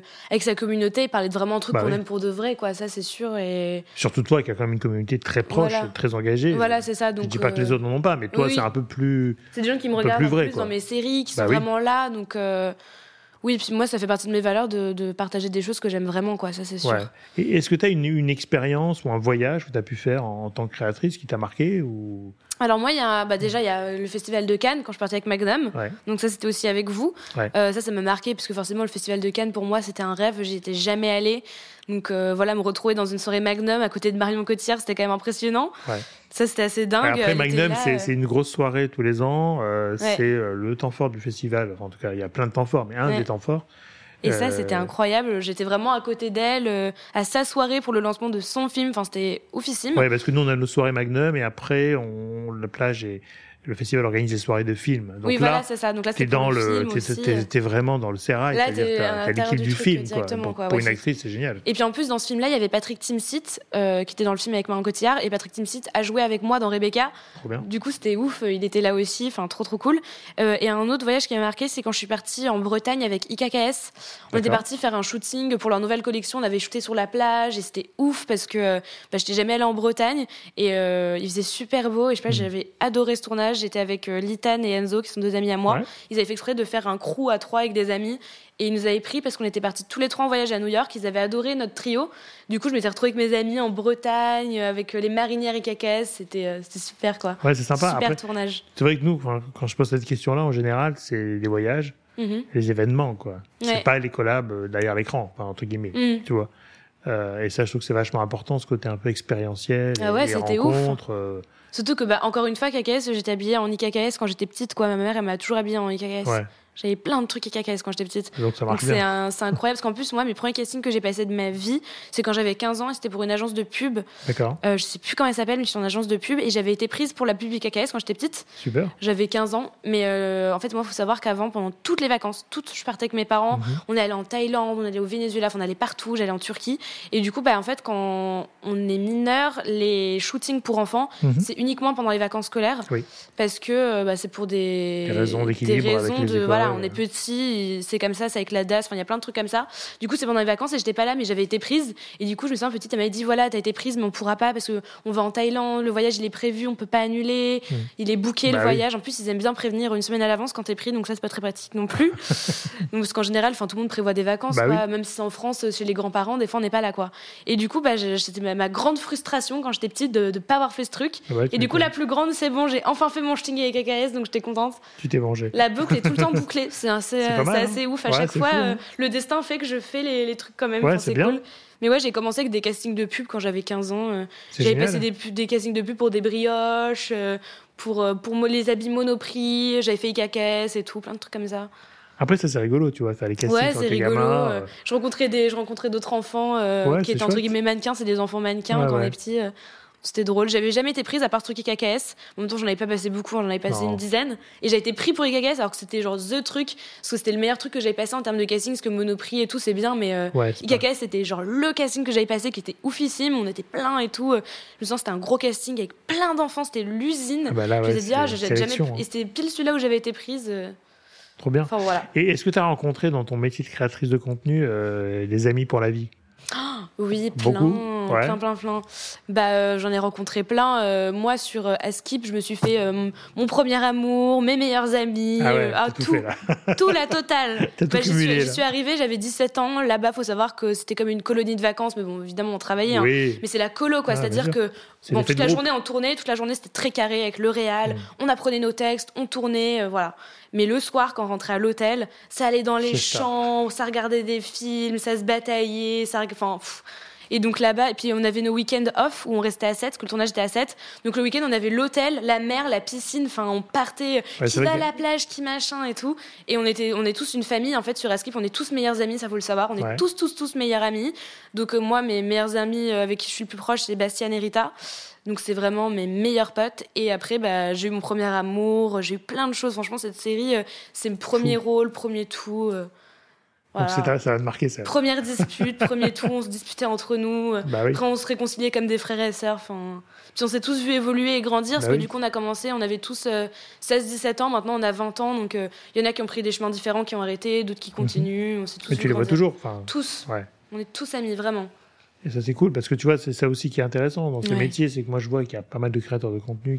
sa communauté et parler de vraiment un truc qu'on aime pour de vrai, quoi. Ça, c'est sûr. Et surtout toi, qui a quand même une communauté très proche, très engagée. Voilà, c'est ça. Donc, je dis pas que les autres n'en ont pas, mais toi, c'est un peu plus. C'est des gens qui me regardent plus dans mes séries, qui sont vraiment là. Donc, oui, et puis moi, ça fait partie de mes valeurs de partager des choses que j'aime vraiment, quoi. Ça, c'est sûr. Et est-ce que tu as une expérience ou un voyage que tu as pu faire en tant que créatrice qui t'a marqué ou... Alors moi, il y a le festival de Cannes quand je partais avec Magnum. Donc ça, c'était aussi avec vous. Ça m'a marqué parce que forcément, le festival de Cannes, pour moi, c'était un rêve. J'y étais jamais allée. Donc me retrouver dans une soirée Magnum à côté de Marion Cotillard, c'était quand même impressionnant. Ça, c'était assez dingue. Après, Magnum, c'est une grosse soirée tous les ans. C'est le temps fort du festival. Enfin, en tout cas, il y a plein de temps forts, mais un des temps forts. Et ça, c'était incroyable. J'étais vraiment à côté d'elle, à sa soirée pour le lancement de son film. Enfin, c'était oufissime. Ouais, parce que nous, on a nos soirées Magnum et après, la plage et le festival organise des soirées de films. Donc oui, là, voilà, c'est ça. Donc là, t'es t'es vraiment dans le sérail. Là, t'as l'équipe du film. Exactement, quoi. Pour une actrice, c'est génial. Et puis en plus, dans ce film-là, il y avait Patrick Timsit, qui était dans le film avec Marion Cotillard. Et Patrick Timsit a joué avec moi dans Rebecca. Trop bien. Du coup, c'était ouf. Il était là aussi. Enfin, trop cool. Et un autre voyage qui m'a marqué, c'est quand je suis partie en Bretagne avec IKKS. On était partis faire un shooting pour leur nouvelle collection. On avait shooté sur la plage et c'était ouf parce que j'étais jamais allée en Bretagne. Et il faisait super beau. Et je sais pas, j'avais adoré ce tournage. J'étais avec Litane et Enzo, qui sont 2 amis à moi. Ouais. Ils avaient fait exprès de faire un crew à 3 avec des amis. Et ils nous avaient pris parce qu'on était partis tous les 3 en voyage à New York. Ils avaient adoré notre trio. Du coup, je m'étais retrouvée avec mes amis en Bretagne, avec les marinières IKKS. C'était super, quoi. Ouais, c'est sympa. Super après, tournage. C'est vrai que nous, quand je pose cette question-là, en général, c'est les voyages, les événements, quoi. Ouais. C'est pas les collabs derrière l'écran, enfin, entre guillemets, tu vois. Et ça, je trouve que c'est vachement important, ce côté un peu expérientiel. Ah ouais, les c'était rencontres, ouf. Surtout que, encore une fois, KKS, j'étais habillée en IKKS quand j'étais petite, quoi. Ma mère, elle m'a toujours habillée en IKKS. Ouais. J'avais plein de trucs IKKS quand j'étais petite. Donc ça marche bien. C'est incroyable, parce qu'en plus, moi, mes premiers castings que j'ai passés de ma vie, c'est quand j'avais 15 ans, et c'était pour une agence de pub. D'accord. Je sais plus comment elle s'appelle, mais je suis en agence de pub, et j'avais été prise pour la pub IKKS quand j'étais petite. Super. J'avais 15 ans, mais en fait, moi, il faut savoir qu'avant, pendant toutes les vacances, je partais avec mes parents, on allait en Thaïlande, on allait au Venezuela, on allait partout, j'allais en Turquie. Et du coup, en fait, quand on est mineur, les shootings pour enfants, c'est uniquement pendant les vacances scolaires. Oui. Parce que c'est pour des raisons d'équilibre. Des raisons avec les de, écoles, voilà, on est petits, c'est comme ça, c'est avec la DAS, il y a plein de trucs comme ça. Du coup, c'est pendant les vacances et j'étais pas là, mais j'avais été prise. Et du coup, je me souviens, petite, elle m'avait dit voilà, t'as été prise, mais on pourra pas parce qu'on va en Thaïlande, le voyage il est prévu, on peut pas annuler, il est booké le voyage. En plus, ils aiment bien prévenir une semaine à l'avance quand t'es pris, donc ça, c'est pas très pratique non plus. Donc, parce qu'en général, tout le monde prévoit des vacances, quoi. Même si c'est en France, chez les grands-parents, des fois, on n'est pas là, quoi. Et du coup, c'était ma grande frustration quand j'étais petite de pas avoir fait ce truc. Ouais, et du coup, la plus grande, c'est bon, j'ai enfin fait mon shooting avec KKS, donc j'étais contente. Tu t'es vengée. La boucle est tout le temps bouclée. C'est assez ouf. À chaque fois, le destin fait que je fais les trucs quand même. Ouais, c'est bien. Cool. Mais ouais, j'ai commencé avec des castings de pub quand j'avais 15 ans. J'avais passé des castings de pub pour des brioches, pour les habits Monoprix. J'avais fait IKKS et tout, plein de trucs comme ça. Après, ça, c'est rigolo, tu vois, faire les castings quand t'es gamin. Ouais, c'est rigolo. Je rencontrais d'autres enfants qui étaient entre guillemets mannequins. C'est des enfants mannequins quand on est petit. C'était drôle. J'avais jamais été prise à part ce truc IKKS. En même temps, j'en avais pas passé beaucoup, j'en avais passé une dizaine. Et j'ai été prise pour IKKS alors que c'était genre the truc, parce que c'était le meilleur truc que j'avais passé en termes de casting, parce que Monoprix et tout, c'est bien, mais IKKS, c'était genre le casting que j'avais passé qui était oufissime. On était plein et tout. Je me sens c'était un gros casting avec plein d'enfants, c'était l'usine. Là, je me suis dit, jamais. Et c'était pile celui-là où j'avais été prise. Trop bien. Enfin, voilà. Et est-ce que tu as rencontré dans ton métier de créatrice de contenu des amis pour la vie? Oui, plein. J'en ai rencontré plein. Moi, sur Askip, je me suis fait mon premier amour, mes meilleurs amis, tout la totale. J'y suis arrivée, j'avais 17 ans. Là-bas, faut savoir que c'était comme une colonie de vacances, mais bon, évidemment, on travaillait. Mais c'est la colo, quoi. C'est-à-dire que toute la journée, on tournait, toute la journée, c'était très carré avec le réal. On apprenait nos textes, on tournait, voilà. Mais le soir, quand on rentrait à l'hôtel, ça allait dans les champs, ça regardait des films, ça se bataillait, Et donc là-bas, et puis on avait nos week-ends off où on restait à 7, parce que le tournage était à 7. Donc le week-end, on avait l'hôtel, la mer, la piscine, on partait, qui va à la plage, qui machin et tout. Et on est tous une famille, en fait, sur Askip, on est tous meilleurs amis, ça faut le savoir. On est tous meilleurs amis. Donc moi, mes meilleurs amis avec qui je suis le plus proche, c'est Bastien et Rita. Donc c'est vraiment mes meilleurs potes. Et après, j'ai eu mon premier amour, j'ai eu plein de choses. Franchement, cette série, c'est mon premier rôle, premier tout. Voilà. Donc ça va te marquer, ça. Première dispute, premier tout, on se disputait entre nous. Après, on se réconciliait comme des frères et sœurs. Puis on s'est tous vus évoluer et grandir, parce que du coup, on a commencé, on avait tous 16-17 ans, maintenant on a 20 ans. Donc il y en a qui ont pris des chemins différents, qui ont arrêté, d'autres qui continuent. On s'est tous Mais tu les vois toujours Tous. On est tous amis, vraiment. Et ça, c'est cool, parce que tu vois, c'est ça aussi qui est intéressant dans ce métier, c'est que moi, je vois qu'il y a pas mal de créateurs de contenu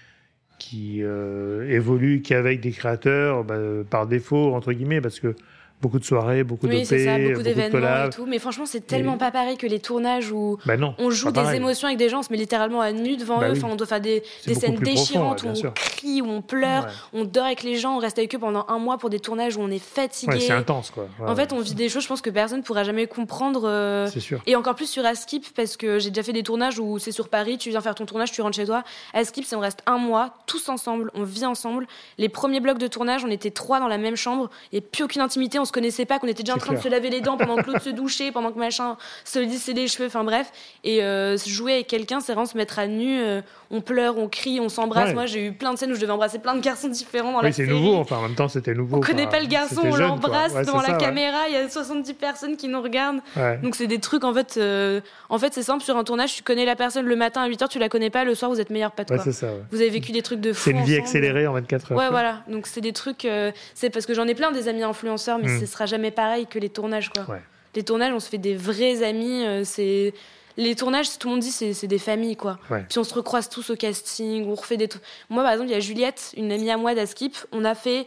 qui évoluent qu'avec des créateurs par défaut, entre guillemets, parce que beaucoup de soirées, beaucoup d'OP, beaucoup d'événements et tout. Mais franchement, c'est tellement pas pareil que les tournages où on joue des émotions avec des gens, on se met littéralement à nu devant eux. On doit faire des scènes déchirantes où on crie, où on pleure, on dort avec les gens, on reste avec eux pendant un mois pour des tournages où on est fatigué. C'est intense, quoi. En fait, on vit des choses, je pense, que personne ne pourra jamais comprendre. C'est sûr. Et encore plus sur Askip, parce que j'ai déjà fait des tournages où c'est sur Paris, tu viens faire ton tournage, tu rentres chez toi. Askip, c'est on reste un mois, tous ensemble, on vit ensemble. Les premiers blocs de tournage, on était 3 dans la même chambre, il n'y a plus aucune intimité, on se connaissait pas, qu'on était déjà en train de se laver les dents pendant que l'autre se douchait, pendant que machin se lissait les cheveux, enfin bref. Et jouer avec quelqu'un, c'est vraiment se mettre à nu, on pleure, on crie, on s'embrasse. Moi, j'ai eu plein de scènes où je devais embrasser plein de garçons différents dans la série. C'est nouveau, enfin, en même temps, c'était nouveau. On connaît pas le garçon, on l'embrasse devant la caméra, il y a 70 personnes qui nous regardent. Donc, c'est des trucs, en fait, c'est simple, sur un tournage, tu connais la personne le matin à 8h, tu la connais pas, le soir, vous êtes meilleurs potes. C'est ça, vous avez vécu des trucs de fou. C'est une vie accélérée en 24 heures. Ouais, voilà. Donc, c'est des trucs, c'est parce que j'en ai plein des amis influenceurs, mais ce sera jamais pareil que les tournages, quoi. Les tournages, on se fait des vrais amis, les tournages, tout le monde dit, c'est des familles, quoi. Puis on se recroise tous au casting, on refait des trucs. Moi, par exemple, il y a Juliette, une amie à moi d'Askip, on a fait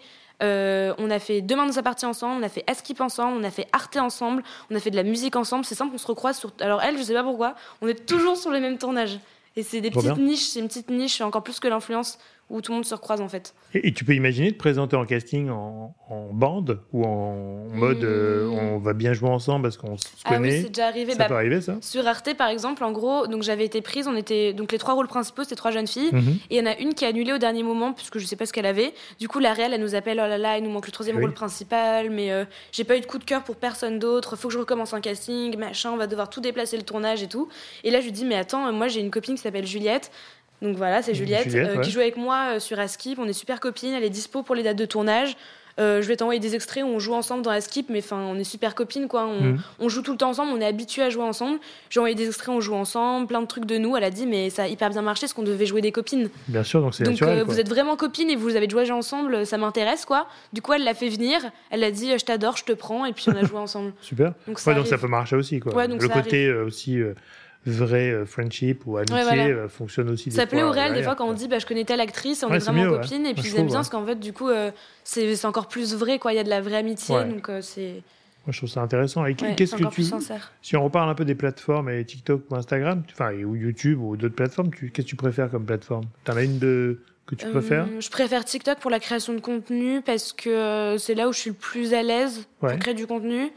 Demain nous appartient ensemble, on a fait Askip ensemble, on a fait Arte ensemble, on a fait de la musique ensemble. C'est simple, on se recroise sur. Alors elle, je sais pas pourquoi, on est toujours sur les mêmes tournages. Et c'est des petites niches, c'est une petite niche encore plus que l'influence où tout le monde se recroise en fait. Et tu peux imaginer te présenter en casting en bande ou en mode on va bien jouer ensemble parce qu'on se connaît. Oui, c'est déjà arrivé. Ça peut arriver ça. Sur Arte par exemple, en gros, donc j'avais été prise, on était donc les 3 rôles principaux, c'était 3 jeunes filles et il y en a une qui a annulé au dernier moment puisque je sais pas ce qu'elle avait. Du coup la réal elle nous appelle, oh là là, il nous manque le 3e rôle principal, mais j'ai pas eu de coup de cœur pour personne d'autre, faut que je recommence un casting, machin, on va devoir tout déplacer le tournage et tout. Et là je lui dis mais attends, moi j'ai une copine qui s'appelle Juliette. Donc voilà, c'est Juliette qui joue avec moi sur Askip. On est super copines, elle est dispo pour les dates de tournage. Je vais t'envoyer des extraits où on joue ensemble dans Askip, mais on est super copines, quoi. On joue tout le temps ensemble, on est habitués à jouer ensemble. J'ai envoyé des extraits, on joue ensemble, plein de trucs de nous. Elle a dit, mais ça a hyper bien marché, parce qu'on devait jouer des copines. Bien sûr, donc c'est naturel. Donc vous êtes vraiment copines et vous avez joué ensemble, ça m'intéresse, quoi. Du coup, elle l'a fait venir, elle a dit, je t'adore, je te prends, et puis on a joué ensemble. Super. Donc ça peut marcher aussi, quoi. Le côté aussi. Vrai friendship ou amitié fonctionne aussi. Ça plaît au réel des fois quand on dit je connais telle actrice, on est vraiment copines et puis ils aiment bien parce qu'en fait du coup c'est encore plus vrai, quoi. Il y a de la vraie amitié donc c'est. Moi je trouve ça intéressant. Et qu'est-ce que tu si on reparle un peu des plateformes et TikTok ou Instagram, ou YouTube ou d'autres plateformes, qu'est-ce que tu préfères comme plateforme? T'en as une que tu préfères? Je préfère TikTok pour la création de contenu parce que c'est là où je suis le plus à l'aise pour créer du contenu.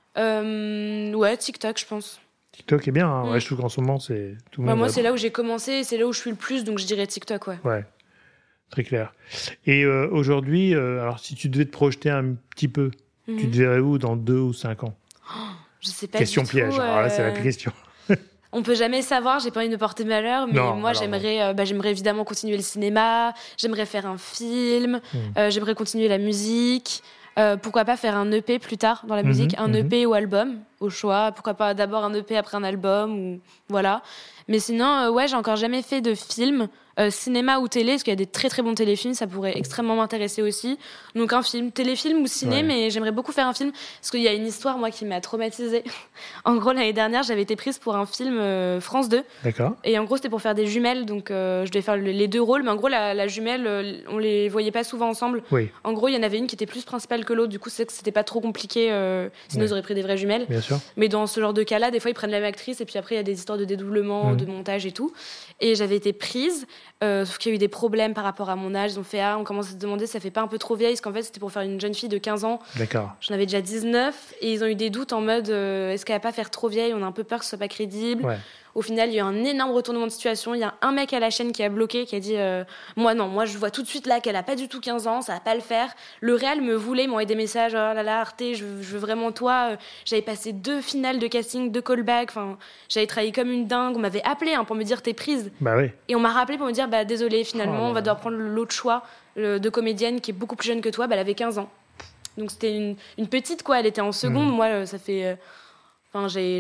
TikTok je pense. TikTok est bien, hein. Je trouve qu'en ce moment, c'est tout le monde. Moi, c'est là où j'ai commencé, c'est là où je suis le plus, donc je dirais TikTok, Ouais, très clair. Et aujourd'hui, alors si tu devais te projeter un petit peu, tu te verrais où dans 2 ou 5 ans? Je sais pas. Question piège, alors là, c'est la question. On peut jamais savoir, j'ai pas envie de me porter malheur, mais moi j'aimerais évidemment continuer le cinéma, j'aimerais faire un film, j'aimerais continuer la musique. Pourquoi pas faire un EP plus tard dans la musique, un EP ou album au choix, pourquoi pas d'abord un EP après un album ou voilà. Mais sinon j'ai encore jamais fait de film cinéma ou télé, parce qu'il y a des très très bons téléfilms, ça pourrait extrêmement m'intéresser aussi. Donc un film, téléfilm ou ciné, mais j'aimerais beaucoup faire un film parce qu'il y a une histoire moi qui m'a traumatisée. En gros l'année dernière j'avais été prise pour un film France 2. D'accord. Et en gros c'était pour faire des jumelles, donc je devais faire les 2 rôles, mais en gros la jumelle on les voyait pas souvent ensemble. En gros il y en avait une qui était plus principale que l'autre, du coup c'est que c'était pas trop compliqué, sinon ils auraient pris des vraies jumelles. Bien sûr. Mais dans ce genre de cas là des fois ils prennent la même actrice et puis après il y a des histoires de dédoublement, de montage et tout. Et j'avais été prise, sauf qu'il y a eu des problèmes par rapport à mon âge. Ils ont fait on commence à se demander si ça fait pas un peu trop vieille, parce qu'en fait c'était pour faire une jeune fille de 15 ans. D'accord. J'en avais déjà 19 et ils ont eu des doutes en mode est-ce qu'elle va pas faire trop vieille, on a un peu peur que ce soit pas crédible. Au final, il y a eu un énorme retournement de situation. Il y a un mec à la chaîne qui a bloqué, qui a dit moi je vois tout de suite là qu'elle a pas du tout 15 ans, ça va pas le faire. Le réal me voulait, il m'a envoyé des messages, oh là là Arte, je veux vraiment toi. J'avais passé 2 finales de casting, 2 callbacks, j'avais travaillé comme une dingue. On m'avait appelé pour me dire t'es prise. Et on m'a rappelé pour me dire désolé, finalement on va devoir prendre l'autre choix de comédienne qui est beaucoup plus jeune que toi. Elle avait 15 ans. Donc c'était une petite, quoi, elle était en seconde. Moi ça fait j'ai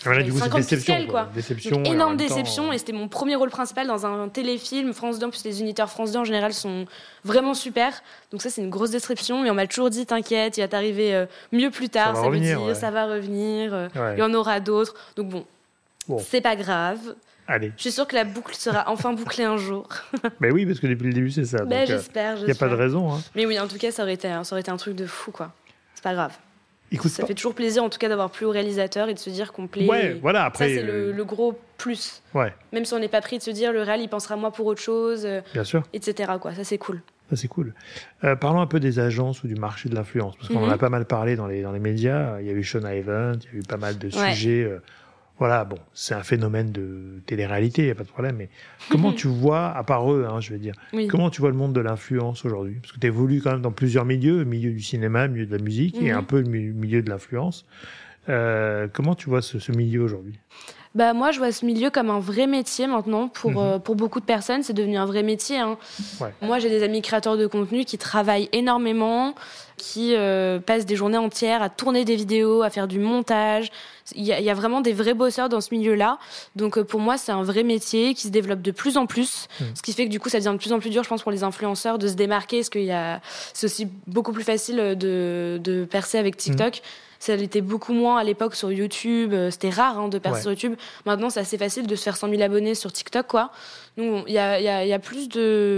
50 pixels, quoi. Déception, donc, énorme déception, et c'était mon premier rôle principal dans un téléfilm France 2. En plus les unitaires France 2 en général sont vraiment super, donc ça c'est une grosse déception. Mais on m'a toujours dit t'inquiète, il va t'arriver mieux plus tard, ça veut dire ça va revenir, il y en aura d'autres, donc bon. C'est pas grave. Allez. Je suis sûre que la boucle sera enfin bouclée un jour. Mais oui, parce que depuis le début c'est ça. J'espère. Il n'y a pas de raison. Mais oui, en tout cas ça aurait été un truc de fou, quoi. C'est pas grave. Écoute, ça fait toujours plaisir en tout cas d'avoir plu au réalisateur et de se dire qu'on plaît. Après, ça c'est le gros plus. Même si on n'est pas pris de se dire le réal il pensera moi pour autre chose, bien sûr, etc. quoi. Ça c'est cool. Parlons un peu des agences ou du marché de l'influence, parce qu'on en a pas mal parlé dans les médias. Il y a eu Sean Ivens, il y a eu pas mal de sujets Voilà, bon, c'est un phénomène de télé-réalité, il n'y a pas de problème, mais comment tu vois, à part eux, je veux dire, comment tu vois le monde de l'influence aujourd'hui? Parce que tu évolues quand même dans plusieurs milieux, le milieu du cinéma, le milieu de la musique, et un peu le milieu de l'influence. Comment tu vois ce milieu aujourd'hui? Moi, je vois ce milieu comme un vrai métier maintenant. Pour beaucoup de personnes, c'est devenu un vrai métier. Ouais. Moi, j'ai des amis créateurs de contenu qui travaillent énormément, qui passent des journées entières à tourner des vidéos, à faire du montage. Il y a vraiment des vrais bosseurs dans ce milieu-là. Donc, pour moi, c'est un vrai métier qui se développe de plus en plus. Ce qui fait que, du coup, ça devient de plus en plus dur, je pense, pour les influenceurs de se démarquer. Parce c'est aussi beaucoup plus facile de percer avec TikTok. Ça l'était beaucoup moins à l'époque sur YouTube. C'était rare de percer sur YouTube. Maintenant, c'est assez facile de se faire 100 000 abonnés sur TikTok, quoi. Donc, il y a plus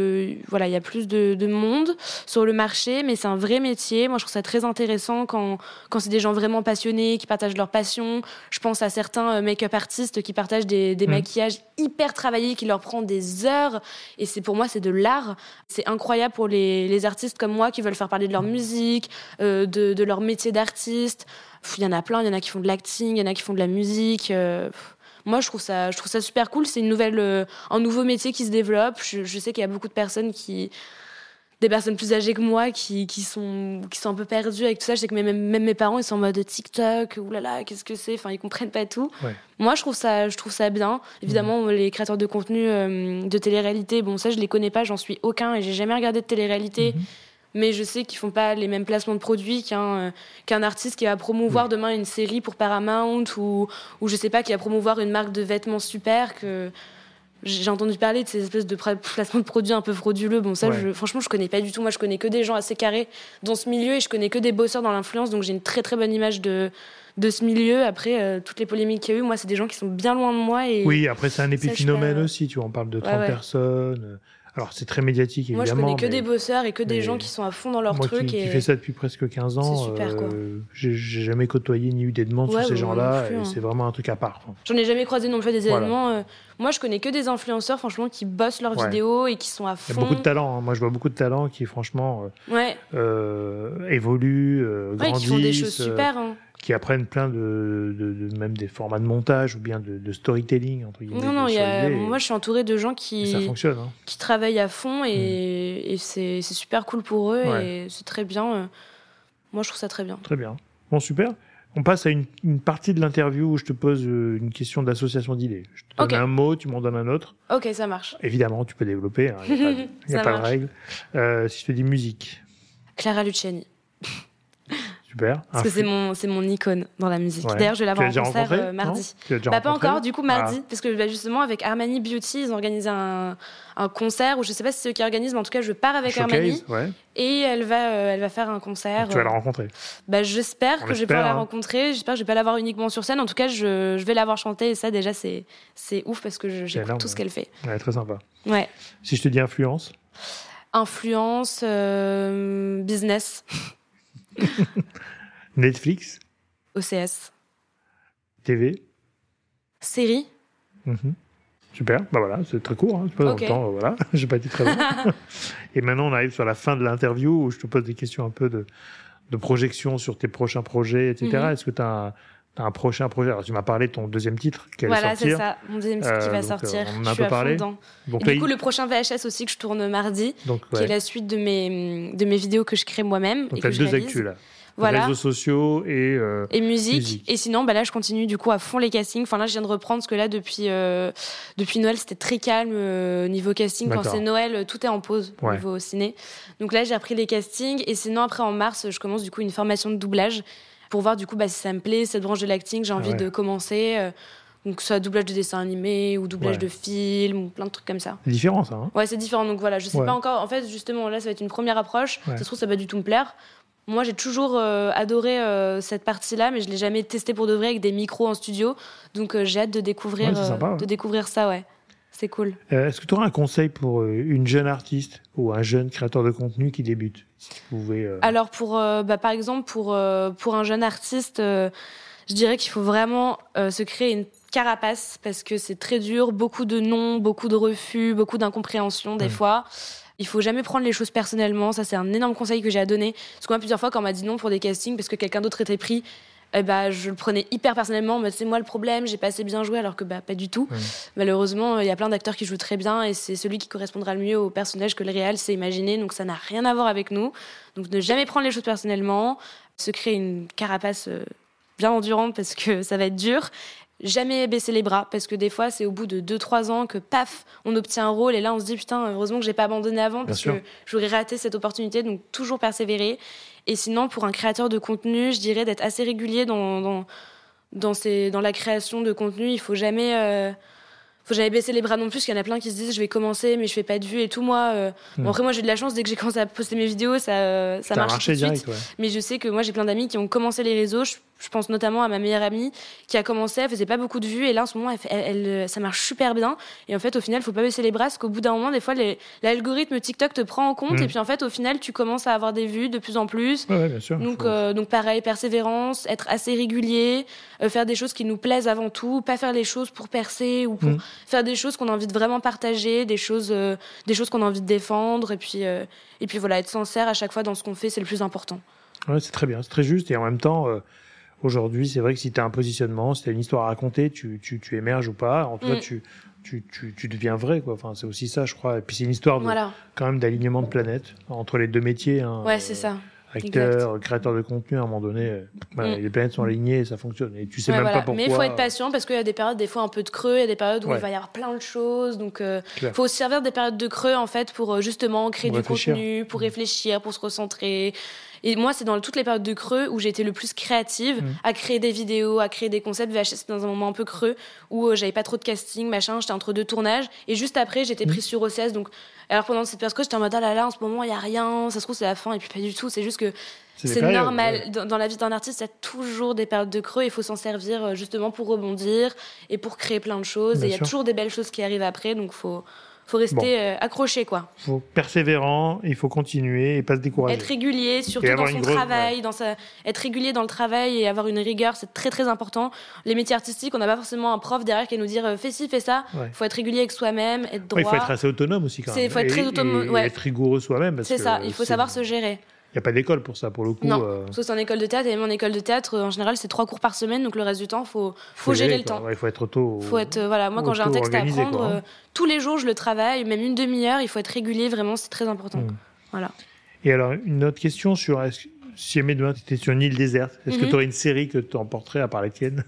de monde sur le marché, mais c'est un vrai métier. Moi, je trouve ça très intéressant quand c'est des gens vraiment passionnés, qui partagent leur passion. Je pense à certains make-up artistes qui partagent des maquillages hyper travaillés, qui leur prend des heures. Et pour moi, c'est de l'art. C'est incroyable pour les artistes comme moi qui veulent faire parler de leur musique, de leur métier d'artiste. Il y en a plein. Il y en a qui font de l'acting, il y en a qui font de la musique. Moi, je trouve ça super cool. C'est un nouveau métier qui se développe. Je sais qu'il y a beaucoup de personnes des personnes plus âgées que moi qui sont un peu perdues avec tout ça. Je sais que même mes parents, ils sont en mode TikTok, oulala, qu'est-ce que c'est? Enfin, ils comprennent pas tout. Ouais. Moi, je trouve ça bien. Évidemment, les créateurs de contenu de télé-réalité, bon, ça, je les connais pas, j'en suis aucun et j'ai jamais regardé de télé-réalité. Mais je sais qu'ils font pas les mêmes placements de produits qu'un artiste qui va promouvoir demain une série pour Paramount ou je sais pas, qui va promouvoir une marque de vêtements super que j'ai entendu parler de ces espèces de placements de produits un peu frauduleux. Bon, ça, franchement, je connais pas du tout. Moi, je connais que des gens assez carrés dans ce milieu et je connais que des bosseurs dans l'influence. Donc, j'ai une très, très bonne image de ce milieu. Après, toutes les polémiques qu'il y a eu, moi, c'est des gens qui sont bien loin de moi. Oui, après, c'est un épiphénomène aussi. Tu vois, on parle de 30 personnes. Alors, c'est très médiatique, évidemment. Moi, je connais que des bosseurs et que des gens qui sont à fond dans leur truc. Qui fait ça depuis presque 15 ans. C'est super, quoi. J'ai jamais côtoyé ni eu des demandes sur ces gens-là. Et c'est vraiment un truc à part. J'en ai jamais croisé non plus des événements. Moi, je connais que des influenceurs, franchement, qui bossent leurs vidéos et qui sont à fond. Il y a beaucoup de talent. Moi, je vois beaucoup de talent qui, franchement, évoluent, grandissent. Qui font des choses super. Qui apprennent plein même des formats de montage ou bien de storytelling, entre guillemets. Moi, je suis entourée de gens qui travaillent à fond et c'est super cool pour eux et c'est très bien. Moi, je trouve ça très bien. Très bien. Bon, super. On passe à une partie de l'interview où je te pose une question d'association d'idées. Je te donne un mot, tu m'en donnes un autre. Ok, ça marche. Évidemment, tu peux développer. Il n'y a pas de règle. Si je te dis musique. Clara Luciani. Super. Parce que c'est mon icône dans la musique. D'ailleurs, je vais l'avoir en concert mardi. Pas encore, du coup, mardi. Parce que justement, avec Armani Beauty, ils ont organisé un concert où je ne sais pas si c'est eux qui organisent, mais en tout cas, je pars avec Armani. Et elle va faire un concert. Donc, tu vas la rencontrer. J'espère que je vais pouvoir la rencontrer. J'espère que je vais pas la voir uniquement sur scène. En tout cas, je vais la voir chanter. Et ça, déjà, c'est ouf parce que j'écoute tout ce qu'elle fait. Ouais, très sympa. Ouais. Si je te dis influence. Influence, business. Netflix. OCS. TV. Série. Super, voilà, c'est très court, c'est pas dans le temps, voilà, j'ai pas été très long. Et maintenant, on arrive sur la fin de l'interview où je te pose des questions un peu de projection sur tes prochains projets, etc. Est-ce que tu as un prochain projet? Alors, tu m'as parlé de ton deuxième titre qui allait sortir. Voilà, c'est ça, mon deuxième titre qui va sortir. On en a un peu parlé. Donc, du coup, le prochain VHS aussi que je tourne mardi, qui est la suite de mes vidéos que je crée moi-même. Donc, tu as deux actus là. Voilà. Réseaux sociaux et musique. Et sinon, là, je continue du coup à fond les castings. Enfin, là, je viens de reprendre parce que là, depuis Noël, c'était très calme niveau casting. Quand c'est Noël, tout est en pause au niveau ciné. Donc là, j'ai repris les castings. Et sinon, après, en mars, je commence du coup une formation de doublage pour voir du coup si ça me plaît, cette branche de l'acting. J'ai envie de commencer. Donc, que ce soit doublage de dessin animé ou doublage de film ou plein de trucs comme ça. C'est différent, ça. Ouais, c'est différent. Donc voilà, je sais pas encore. En fait, justement, là, ça va être une première approche. Ça se trouve, ça va du tout me plaire. Moi, j'ai toujours adoré cette partie-là, mais je ne l'ai jamais testée pour de vrai avec des micros en studio. Donc, j'ai hâte de découvrir, de découvrir ça, C'est cool. Est-ce que tu auras un conseil pour une jeune artiste ou un jeune créateur de contenu qui débute, si tu pouvais, Alors, par exemple, pour un jeune artiste, je dirais qu'il faut vraiment se créer une carapace parce que c'est très dur. Beaucoup de non, beaucoup de refus, beaucoup d'incompréhension des fois. Il faut jamais prendre les choses personnellement. Ça, c'est un énorme conseil que j'ai à donner. Parce que moi, plusieurs fois, quand on m'a dit non pour des castings parce que quelqu'un d'autre était pris, je le prenais hyper personnellement, mais c'est moi le problème, j'ai pas assez bien joué, alors que pas du tout. Malheureusement, il y a plein d'acteurs qui jouent très bien et c'est celui qui correspondra le mieux au personnage que le réel s'est imaginé, donc ça n'a rien à voir avec nous. Donc ne jamais prendre les choses personnellement, se créer une carapace bien endurante parce que ça va être dur. Jamais baisser les bras, parce que des fois, c'est au bout de 2-3 ans que, paf, on obtient un rôle, et là, on se dit, putain, heureusement que j'ai pas abandonné avant, parce que j'aurais raté cette opportunité, donc toujours persévérer. Et sinon, pour un créateur de contenu, je dirais d'être assez régulier dans la création de contenu. Il faut jamais baisser les bras non plus, parce qu'il y en a plein qui se disent je vais commencer mais je fais pas de vues et tout. Moi, après moi j'ai de la chance, dès que j'ai commencé à poster mes vidéos, ça marche tout de suite. Mais je sais que moi j'ai plein d'amis qui ont commencé les réseaux. Je pense notamment à ma meilleure amie qui a commencé, elle faisait pas beaucoup de vues et là en ce moment ça marche super bien. Et en fait au final faut pas baisser les bras, parce qu'au bout d'un moment des fois l'algorithme TikTok te prend en compte et puis en fait au final tu commences à avoir des vues de plus en plus. Bien sûr. Donc pareil, persévérance, être assez régulier, faire des choses qui nous plaisent avant tout, pas faire les choses pour percer ou pour faire des choses qu'on a envie de vraiment partager, des choses qu'on a envie de défendre, et puis voilà, être sincère à chaque fois dans ce qu'on fait, c'est le plus important. Ouais, c'est très bien, c'est très juste, et en même temps aujourd'hui, c'est vrai que si tu as un positionnement, si tu as une histoire à raconter, tu émerges ou pas. En tout cas, tu deviens vrai, quoi. Enfin, c'est aussi ça, je crois. Et puis, c'est une histoire quand même d'alignement de planète entre les deux métiers. Hein, c'est ça. Acteur, créateur de contenu, à un moment donné, les planètes sont alignées et ça fonctionne. Et tu sais même pas pourquoi. Mais il faut être patient, parce qu'il y a des périodes, des fois, un peu de creux. Il y a des périodes où il va y avoir plein de choses. Donc, il faut se servir des périodes de creux, en fait, pour justement créer du contenu, pour réfléchir, pour se recentrer. Et moi, c'est dans toutes les périodes de creux où j'ai été le plus créative, à créer des vidéos, à créer des concepts. VHS, c'était dans un moment un peu creux où j'avais pas trop de casting, machin. J'étais entre deux tournages. Et juste après, j'étais prise sur OCS. Donc, alors pendant cette période, j'étais en mode, ah là là, en ce moment, il y a rien. Ça se trouve, c'est la fin. Et puis pas du tout. C'est juste que c'est normal. Dans la vie d'un artiste, il y a toujours des périodes de creux. Il faut s'en servir justement pour rebondir et pour créer plein de choses. Et il y a toujours des belles choses qui arrivent après. Donc, faut rester accroché, quoi. Il faut persévérant, il faut continuer et pas se décourager. Être régulier, surtout dans son travail, être régulier dans le travail et avoir une rigueur, c'est très très important. Les métiers artistiques, on n'a pas forcément un prof derrière qui va nous dire fais ci, fais ça. Il faut être régulier avec soi-même, être droit. Il faut être assez autonome aussi quand même. Il faut être très autonome. Et être rigoureux soi-même. C'est ça, il faut savoir se gérer. Il n'y a pas d'école pour ça, pour le coup. Non, sauf c'est en école de théâtre. Et même en école de théâtre, en général, c'est 3 cours par semaine. Donc le reste du temps, faut gérer le temps. Il faut être moi, quand j'ai un texte à apprendre, tous les jours, je le travaille, même une demi-heure. Il faut être régulier, vraiment, c'est très important. Voilà. Et alors, une autre question sur... Si jamais demain tu étais sur une île déserte, est-ce que tu aurais une série que tu emporterais à part la tienne?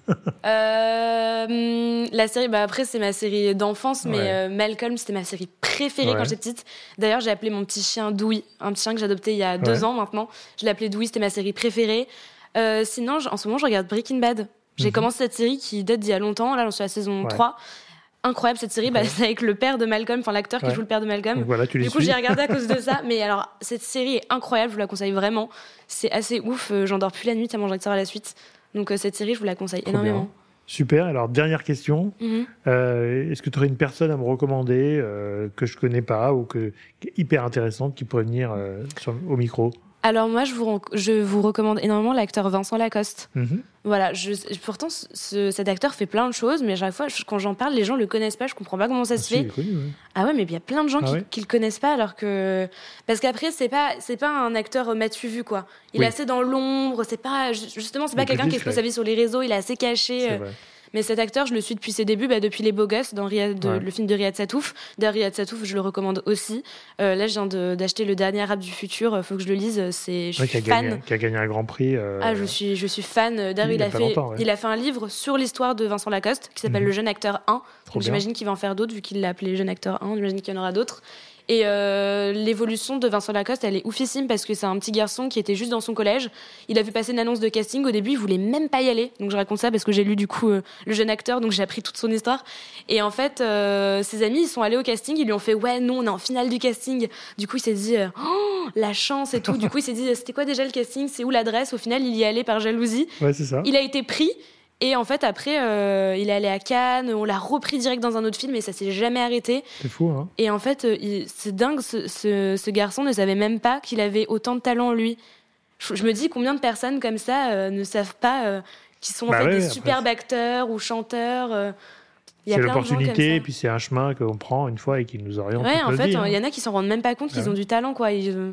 La série, après c'est ma série d'enfance, mais Malcolm c'était ma série préférée quand j'étais petite. D'ailleurs j'ai appelé mon petit chien Dewey, un petit chien que j'ai adopté il y a 2 ans maintenant. Je l'ai appelé Dewey, c'était ma série préférée. Sinon en ce moment je regarde Breaking Bad. J'ai commencé cette série qui date d'il y a longtemps, là j'en suis à la saison 3. Incroyable cette série, c'est avec le père de Malcolm, enfin l'acteur qui joue le père de Malcolm. Donc voilà, du coup j'ai regardé à cause de ça, mais alors cette série est incroyable, je vous la conseille vraiment. C'est assez ouf, j'endors plus la nuit tellement j'ai envie de savoir la suite. Donc cette série je vous la conseille énormément. Bien. Super, alors dernière question, est-ce que tu aurais une personne à me recommander que je connais pas ou qui est hyper intéressante qui pourrait venir au micro? Alors moi, je vous recommande énormément l'acteur Vincent Lacoste. Voilà, pourtant, cet acteur fait plein de choses, mais à chaque fois, quand j'en parle, les gens le connaissent pas. Je comprends pas comment ça se fait. Connu, Ah ouais, mais il y a plein de gens qui le connaissent pas, alors que parce qu'après, c'est pas un acteur m'as-tu vu quoi. Il est assez dans l'ombre. C'est pas quelqu'un qui expose sa vie sur les réseaux. Il est assez caché. Mais cet acteur, je le suis depuis ses débuts, depuis Les Beaux Gosses, dans le film de Riyad Satouf. D'ailleurs, Riyad Satouf, je le recommande aussi. Là, je viens d'acheter Le Dernier Rap du futur. Faut que je le lise. Je suis fan. Qui a gagné un Grand Prix. Je suis fan. D'ailleurs, il a fait un livre sur l'histoire de Vincent Lacoste qui s'appelle Le Jeune Acteur 1. Donc, j'imagine qu'il va en faire d'autres, vu qu'il l'a appelé Jeune Acteur 1. J'imagine qu'il y en aura d'autres. Et l'évolution de Vincent Lacoste, elle est oufissime parce que c'est un petit garçon qui était juste dans son collège. Il a vu passer une annonce de casting. Au début, il voulait même pas y aller. Donc je raconte ça parce que j'ai lu du coup Le Jeune Acteur, donc j'ai appris toute son histoire. Et en fait, ses amis, ils sont allés au casting. Ils lui ont fait ouais, non, on est en finale du casting. Du coup, il s'est dit la chance et tout. Du coup, il s'est dit c'était quoi déjà le casting? C'est où l'adresse? Au final, il y est allé par jalousie. Ouais, c'est ça. Il a été pris. Et en fait, après, il est allé à Cannes, on l'a repris direct dans un autre film et ça s'est jamais arrêté. C'est fou, hein. Et en fait, c'est dingue, ce garçon ne savait même pas qu'il avait autant de talent en lui. Je me dis combien de personnes comme ça ne savent pas qu'ils sont des superbes acteurs ou chanteurs. C'est l'opportunité, et puis c'est un chemin qu'on prend une fois et qui nous oriente. Ouais, en fait, il y en a qui s'en rendent même pas compte qu'ils ont du talent, quoi.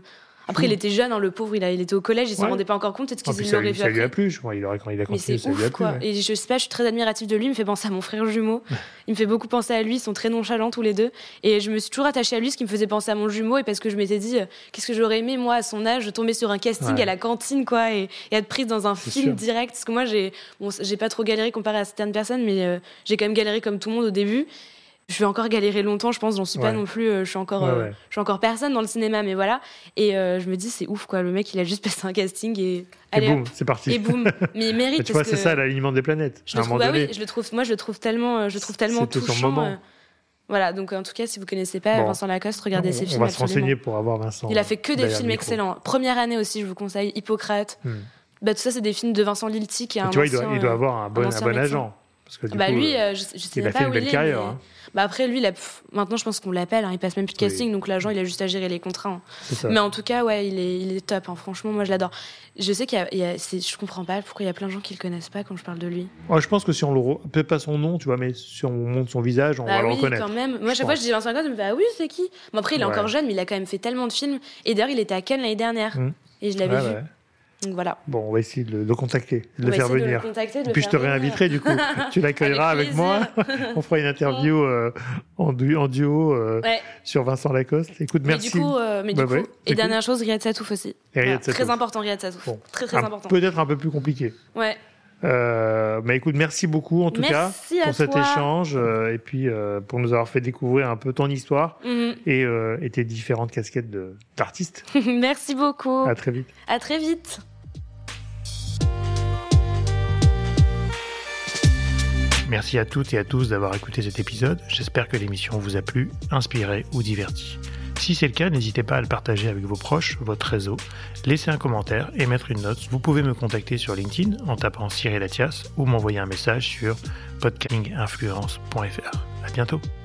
Après, il était jeune, le pauvre, il était au collège, il s'en rendait pas encore compte. Peut-être qu'il l'aurait vu après. Ça lui a plu, je crois. Quand il a continué, ça lui a plu. Ouais. Et je sais pas, je suis très admirative de lui. Il me fait penser à mon frère jumeau. Il me fait beaucoup penser à lui. Ils sont très nonchalants tous les deux. Et je me suis toujours attachée à lui, ce qui me faisait penser à mon jumeau. Et parce que je m'étais dit, qu'est-ce que j'aurais aimé, moi, à son âge, de tomber sur un casting à la cantine, quoi, et être prise dans un film direct. Parce que moi, j'ai pas trop galéré comparé à certaines personnes, mais j'ai quand même galéré comme tout le monde au début. Je vais encore galérer longtemps, je pense, j'en suis pas non plus, je suis encore personne dans le cinéma, mais voilà. Et je me dis, c'est ouf, quoi, le mec, il a juste passé un casting et boum, c'est parti. Et boum, mais il mérite. Tu vois, c'est ça, l'alignement des planètes. Je le trouve tellement touchant. Voilà, donc en tout cas, si vous connaissez pas Vincent Lacoste, regardez ses films. On va se renseigner pour avoir Vincent. Il a fait que des films excellents. Première année aussi, je vous conseille, Hippocrate. Tout ça, c'est des films de Vincent Lilti, qui est un ancien. Tu vois, il doit avoir un bon agent. Parce que lui, je sais pas où il est. Il a fait une belle carrière. Après, lui, maintenant, je pense qu'on l'appelle. Il passe même plus de casting, donc l'agent, il a juste à gérer les contrats. Mais en tout cas, il est top. Franchement, moi, je l'adore. Je sais je comprends pas pourquoi il y a plein de gens qui le connaissent pas quand je parle de lui. Ouais, je pense que si on peut-être pas son nom, tu vois, mais si on montre son visage, on va le reconnaître. Quand même. Moi, chaque fois, je dis Vincent Lacoste, je me dis oui, c'est qui ? Bon, après, il est encore jeune, mais il a quand même fait tellement de films. Et d'ailleurs, il était à Cannes l'année dernière. Et je l'avais vu. Donc voilà. Bon, on va essayer de le contacter, de le faire venir. Et puis je te réinviterai du coup. Tu l'accueilleras avec moi. On fera une interview en duo sur Vincent Lacoste. Écoute, merci. Mais du coup, et dernière chose, Riyad Satouf aussi. Très important, Riyad Satouf. Bon. Très important. Peut-être un peu plus compliqué. Ouais. Mais écoute, merci beaucoup en tout cas pour cet échange et puis pour nous avoir fait découvrir un peu ton histoire et tes différentes casquettes d'artiste. Merci beaucoup. À très vite. À très vite. Merci à toutes et à tous d'avoir écouté cet épisode. J'espère que l'émission vous a plu, inspiré ou diverti. Si c'est le cas, n'hésitez pas à le partager avec vos proches, votre réseau, laisser un commentaire et mettre une note. Vous pouvez me contacter sur LinkedIn en tapant Cyril Athias ou m'envoyer un message sur podcastinginfluence.fr. À bientôt.